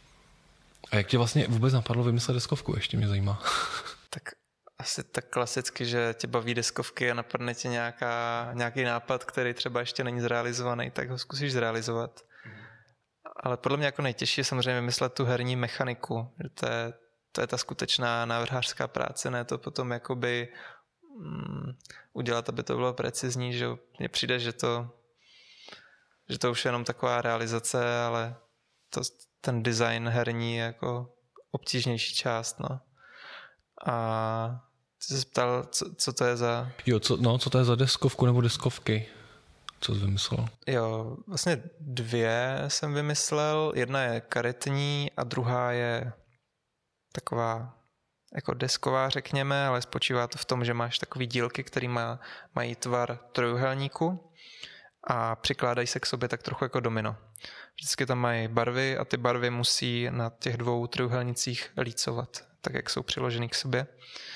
A jak tě vlastně vůbec napadlo vymyslet deskovku, ještě mě zajímá. Tak asi tak klasicky, že tě baví deskovky a napadne tě nějaká, nějaký nápad, který třeba ještě není zrealizovaný, tak ho zkusíš zrealizovat. Mm. Ale podle mě jako nejtěžší je samozřejmě vymyslet tu herní mechaniku, že to je, to je ta skutečná návrhářská práce, ne to potom jakoby mm, udělat, aby to bylo precizní, že mně přijde, že to, že to už je jenom taková realizace, ale to, ten design herní je jako obtížnější část, no. A ty jsi ptal, co, co to je za... Jo, co, no, co to je za deskovku nebo deskovky? Co jsi vymyslel? Jo, vlastně dvě jsem vymyslel. Jedna je karetní a druhá je taková jako desková, řekněme, ale spočívá to v tom, že máš takový dílky, které má, mají tvar trojuhelníku a přikládají se k sobě tak trochu jako domino. Vždycky tam mají barvy a ty barvy musí na těch dvou trojuhelnících lícovat, tak jak jsou přiložený k sobě.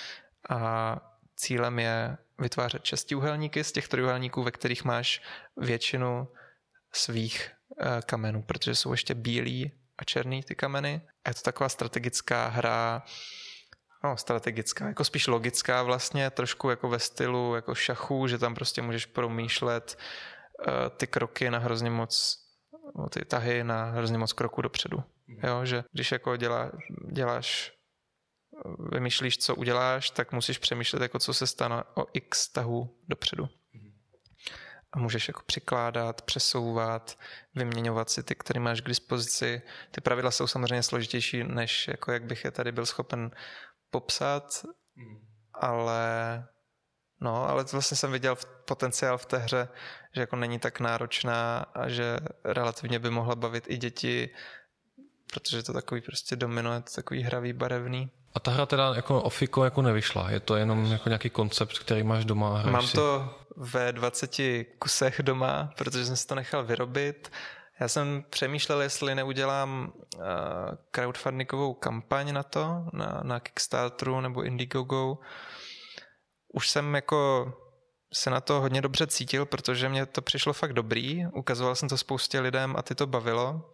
A cílem je vytvářet šestiúhelníky z těch trojuhelníků, ve kterých máš většinu svých kamenů, protože jsou ještě bílý a černý ty kameny. A je to taková strategická hra, no strategická, jako spíš logická vlastně, trošku jako ve stylu jako šachu, že tam prostě můžeš promýšlet ty kroky na hrozně moc, ty tahy na hrozně moc kroků dopředu. Jo, že když jako dělá, děláš vymýšlíš, co uděláš, tak musíš přemýšlet, jako co se stane o x tahů dopředu. A můžeš jako přikládat, přesouvat, vyměňovat si ty, které máš k dispozici. Ty pravidla jsou samozřejmě složitější, než jako jak bych je tady byl schopen popsat, ale no, ale vlastně jsem viděl potenciál v té hře, že jako není tak náročná a že relativně by mohla bavit i děti, protože to takový prostě domino, je to takový hravý, barevný. A ta hra teda jako ofiko jako nevyšla, je to jenom jako nějaký koncept, který máš doma? Mám si... to ve dvaceti kusech doma, protože jsem si to nechal vyrobit. Já jsem přemýšlel, jestli neudělám uh, crowdfundingovou kampaň na to, na, na Kickstarteru nebo Indiegogo. Už jsem jako se na to hodně dobře cítil, protože mě to přišlo fakt dobrý. Ukazoval jsem to spoustě lidem a ty to bavilo.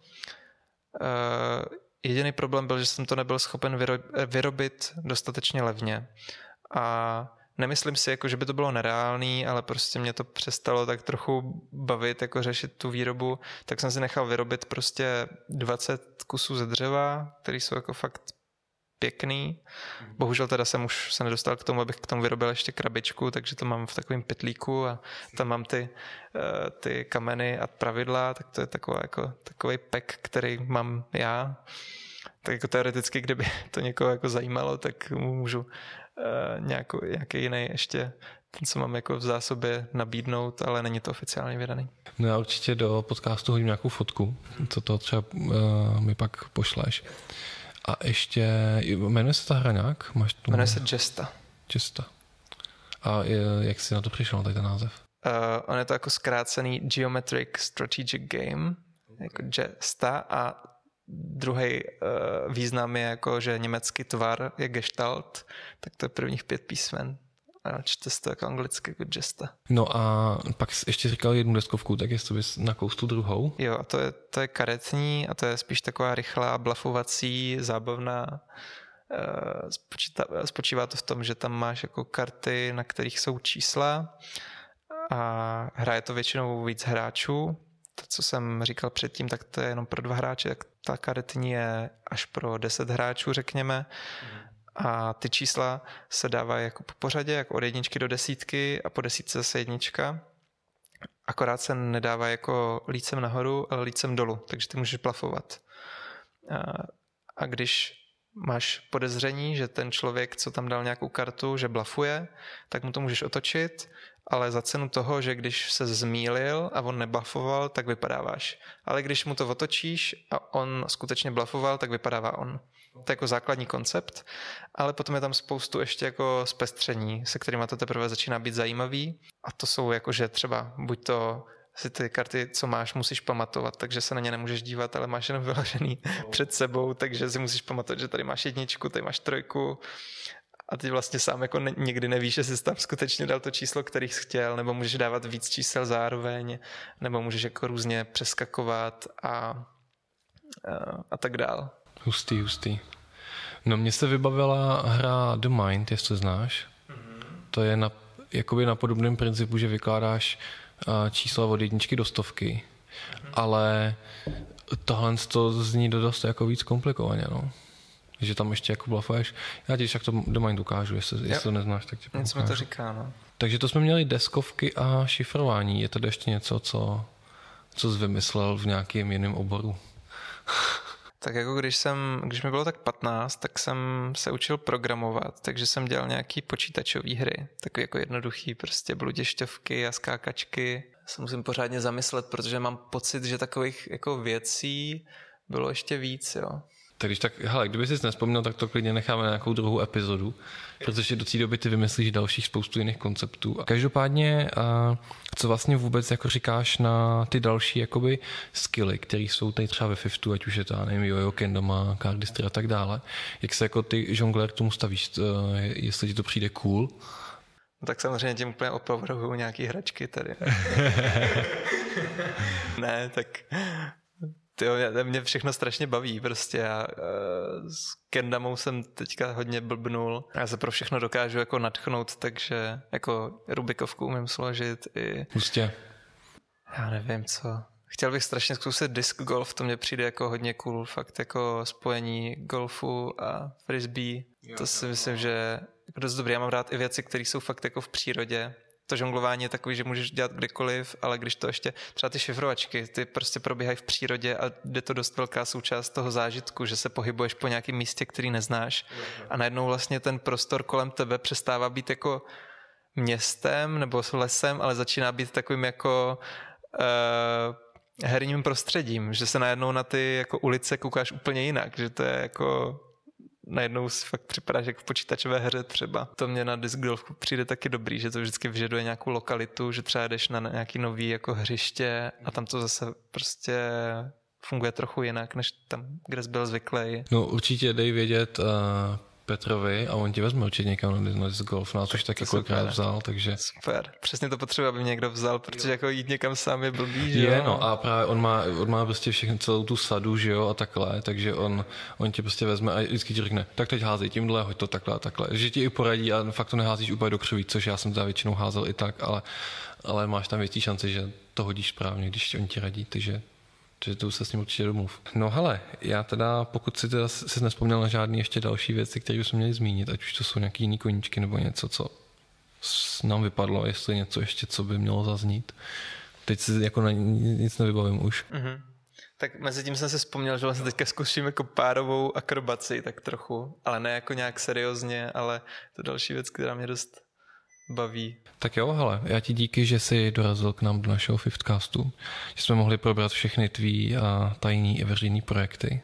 Uh, jediný problém byl, že jsem to nebyl schopen vyro- vyrobit dostatečně levně. A nemyslím si, jako, že by to bylo nereálný, ale prostě mě to přestalo tak trochu bavit, jako řešit tu výrobu, tak jsem si nechal vyrobit prostě dvacet kusů ze dřeva, který jsou jako fakt pěkný. Bohužel teda jsem už se nedostal k tomu, abych k tomu vyrobil ještě krabičku, takže to mám v takovém pytlíku a tam mám ty, ty kameny a pravidla, tak to je taková, jako, takový pek, který mám já. Tak jako teoreticky, kdyby to někoho jako zajímalo, tak mu můžu uh, nějakou, nějaký jiný ještě ten, co mám jako v zásobě nabídnout, ale není to oficiálně vydaný. No já určitě do podcastu hodím nějakou fotku, co to třeba uh, mi pak pošleš. A ještě, jmenuje se ta hra nějak? Máš tu... Jmenuje se Jesta. Jesta. A jak jsi na to přišel, tady ten název? Uh, on je to jako zkrácený Geometric Strategic Game, okay. Jako Jesta, a druhý uh, význam je jako, že německý tvar je Gestalt, tak to je prvních pět písmen. A čte se to jako anglicky jako Jesta. No a pak jsi ještě říkal jednu deskovku, tak jestli bys nakous tu druhou? Jo, a to je, to je karetní a to je spíš taková rychlá, blafovací, zábavná. Uh, spočítá, spočívá to v tom, že tam máš jako karty, na kterých jsou čísla a hraje to většinou víc hráčů. To, co jsem říkal předtím, tak to je jenom pro dva hráče, tak ta karetní je až pro deset hráčů, řekněme. Mm. A ty čísla se dávají jako po pořadě, jako od jedničky do desítky a po desítce zase jednička. Akorát se nedává jako lícem nahoru, ale lícem dolů, takže ty můžeš blafovat. A, a když máš podezření, že ten člověk, co tam dal nějakou kartu, že blafuje, tak mu to můžeš otočit ale za cenu toho, že když se zmýlil a on neblafoval, tak vypadáváš. Ale když mu to otočíš a on skutečně blafoval, tak vypadává on. To je jako základní koncept, ale potom je tam spoustu ještě jako zpestření, se kterými to teprve začíná být zajímavý. A to jsou jako, že třeba buď to si ty karty, co máš, musíš pamatovat, takže se na ně nemůžeš dívat, ale máš jenom vyložený před sebou, takže si musíš pamatovat, že tady máš jedničku, tady máš trojku a ty vlastně sám jako ne, nikdy nevíš, jestli jsi tam skutečně dal to číslo, který jsi chtěl, nebo můžeš dávat víc čísel zároveň, nebo můžeš jako různě přeskakovat a, a, a tak dál. Hustý, hustý. No mně se vybavila hra The Mind, jestli znáš. Mm-hmm. To je na, jakoby na podobném principu, že vykládáš čísla od jedničky do stovky, mm-hmm. ale tohle to zní dost jako víc komplikovaně, no. Že tam ještě jako blafuješ. Já ti však to The Mind ukážu, jestli, jestli to neznáš, tak ti ukážu. Něco mi to říká, no. Takže to jsme měli deskovky a šifrování. Je tady ještě něco, co, co jsi vymyslel v nějakém jiném oboru? Tak jako když jsem, když mi bylo tak patnáct, tak jsem se učil programovat, takže jsem dělal nějaký počítačové hry, takový jako jednoduchý, prostě bludišťovky a skákačky. Se musím pořádně zamyslet, protože mám pocit, že takových jako věcí bylo ještě víc, jo. Tak když tak, hele, kdyby jsi nespomněl, tak to klidně necháme na nějakou druhou epizodu, protože do té doby ty vymyslíš dalších spoustu jiných konceptů. A každopádně, co vlastně vůbec jako říkáš na ty další jakoby skilly, které jsou tady třeba ve Fiftu, ať už je to, nevím, Jojo, Kendama, Cardistry a tak dále. Jak se jako ty žonglér k tomu stavíš, jestli ti to přijde cool? No tak samozřejmě tím úplně opovrhuju nějaký hračky tady. Ne, tak... Tyjo, mě všechno strašně baví prostě. Já uh, s Kendamou jsem teďka hodně blbnul. Já se pro všechno dokážu jako nadchnout, takže jako Rubikovku umím složit i... Prostě. Já nevím co. Chtěl bych strašně zkusit disc golf, to mě přijde jako hodně cool, fakt jako spojení golfu a frisbee. Jo, to si myslím, že je dost dobrý. Já mám rád i věci, které jsou fakt jako v přírodě. To žonglování je takový, že můžeš dělat kdekoliv, ale když to ještě, třeba ty šifrovačky, ty prostě probíhají v přírodě a je to dost velká součást toho zážitku, že se pohybuješ po nějakém místě, který neznáš a najednou vlastně ten prostor kolem tebe přestává být jako městem nebo lesem, ale začíná být takovým jako uh, herním prostředím, že se najednou na ty jako ulice koukáš úplně jinak, že to je jako... Najednou si fakt připadáš jak v počítačové hře třeba. To mě na disc golfu přijde taky dobrý, že to vždycky vyžaduje nějakou lokalitu, že třeba jdeš na nějaký nový jako hřiště a tam to zase prostě funguje trochu jinak, než tam, kde jsi byl zvyklý. No určitě dej vědět uh, Petrovi a on ti vezme určitě někam na disc golf, nás už taky kolikrát vzal, takže... Super, přesně to potřebuje, aby mě někdo vzal, protože jako jít někam sám je blbý, že je, jo? No a právě on má, on má prostě všechno, celou tu sadu, že jo, a takhle, takže on, on tě prostě vezme a vždycky ti řekne, tak teď házej tímhle, hoď to takhle a takhle, že ti i poradí a fakt to neházíš úplně do křoví, což já jsem teda většinou házel i tak, ale, ale máš tam větší šanci, že to hodíš správně, když oni ti radí, takže... Takže to už se s ním určitě domluv. No hele, já teda, pokud si teda jsi nespomněl na žádný ještě další věci, které bychom měli zmínit, ať už to jsou nějaký jiný koníčky nebo něco, co nám vypadlo, jestli něco ještě, co by mělo zaznít. Teď si jako na nic nevybavím už. Mm-hmm. Tak mezi tím jsem si vzpomněl, že vlastně teďka zkusím jako párovou akrobaci tak trochu, ale ne jako nějak seriózně, ale to další věc, která mě dost baví. Tak jo, hele, já ti díky, že jsi dorazil k nám do našeho Fifthcastu, že jsme mohli probrat všechny tvý a tajný i veřejný projekty.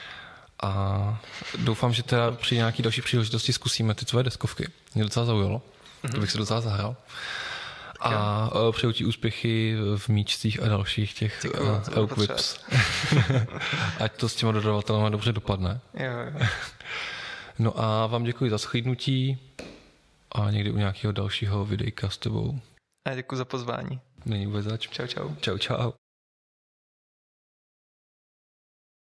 A doufám, že teda při nějaký další příležitosti zkusíme ty tvoje deskovky. Mě docela zaujalo, mm-hmm. to bych se docela zahrál. A přeju ti úspěchy v míčcích a dalších těch Elk Whips. Ať to s těma dodavatelema dobře dopadne. Jo, jo. No a vám děkuji za shlédnutí a někdy u nějakého dalšího videjka s tebou. A děkuji za pozvání. Není vůbec zač. Čau, čau. Čau, čau.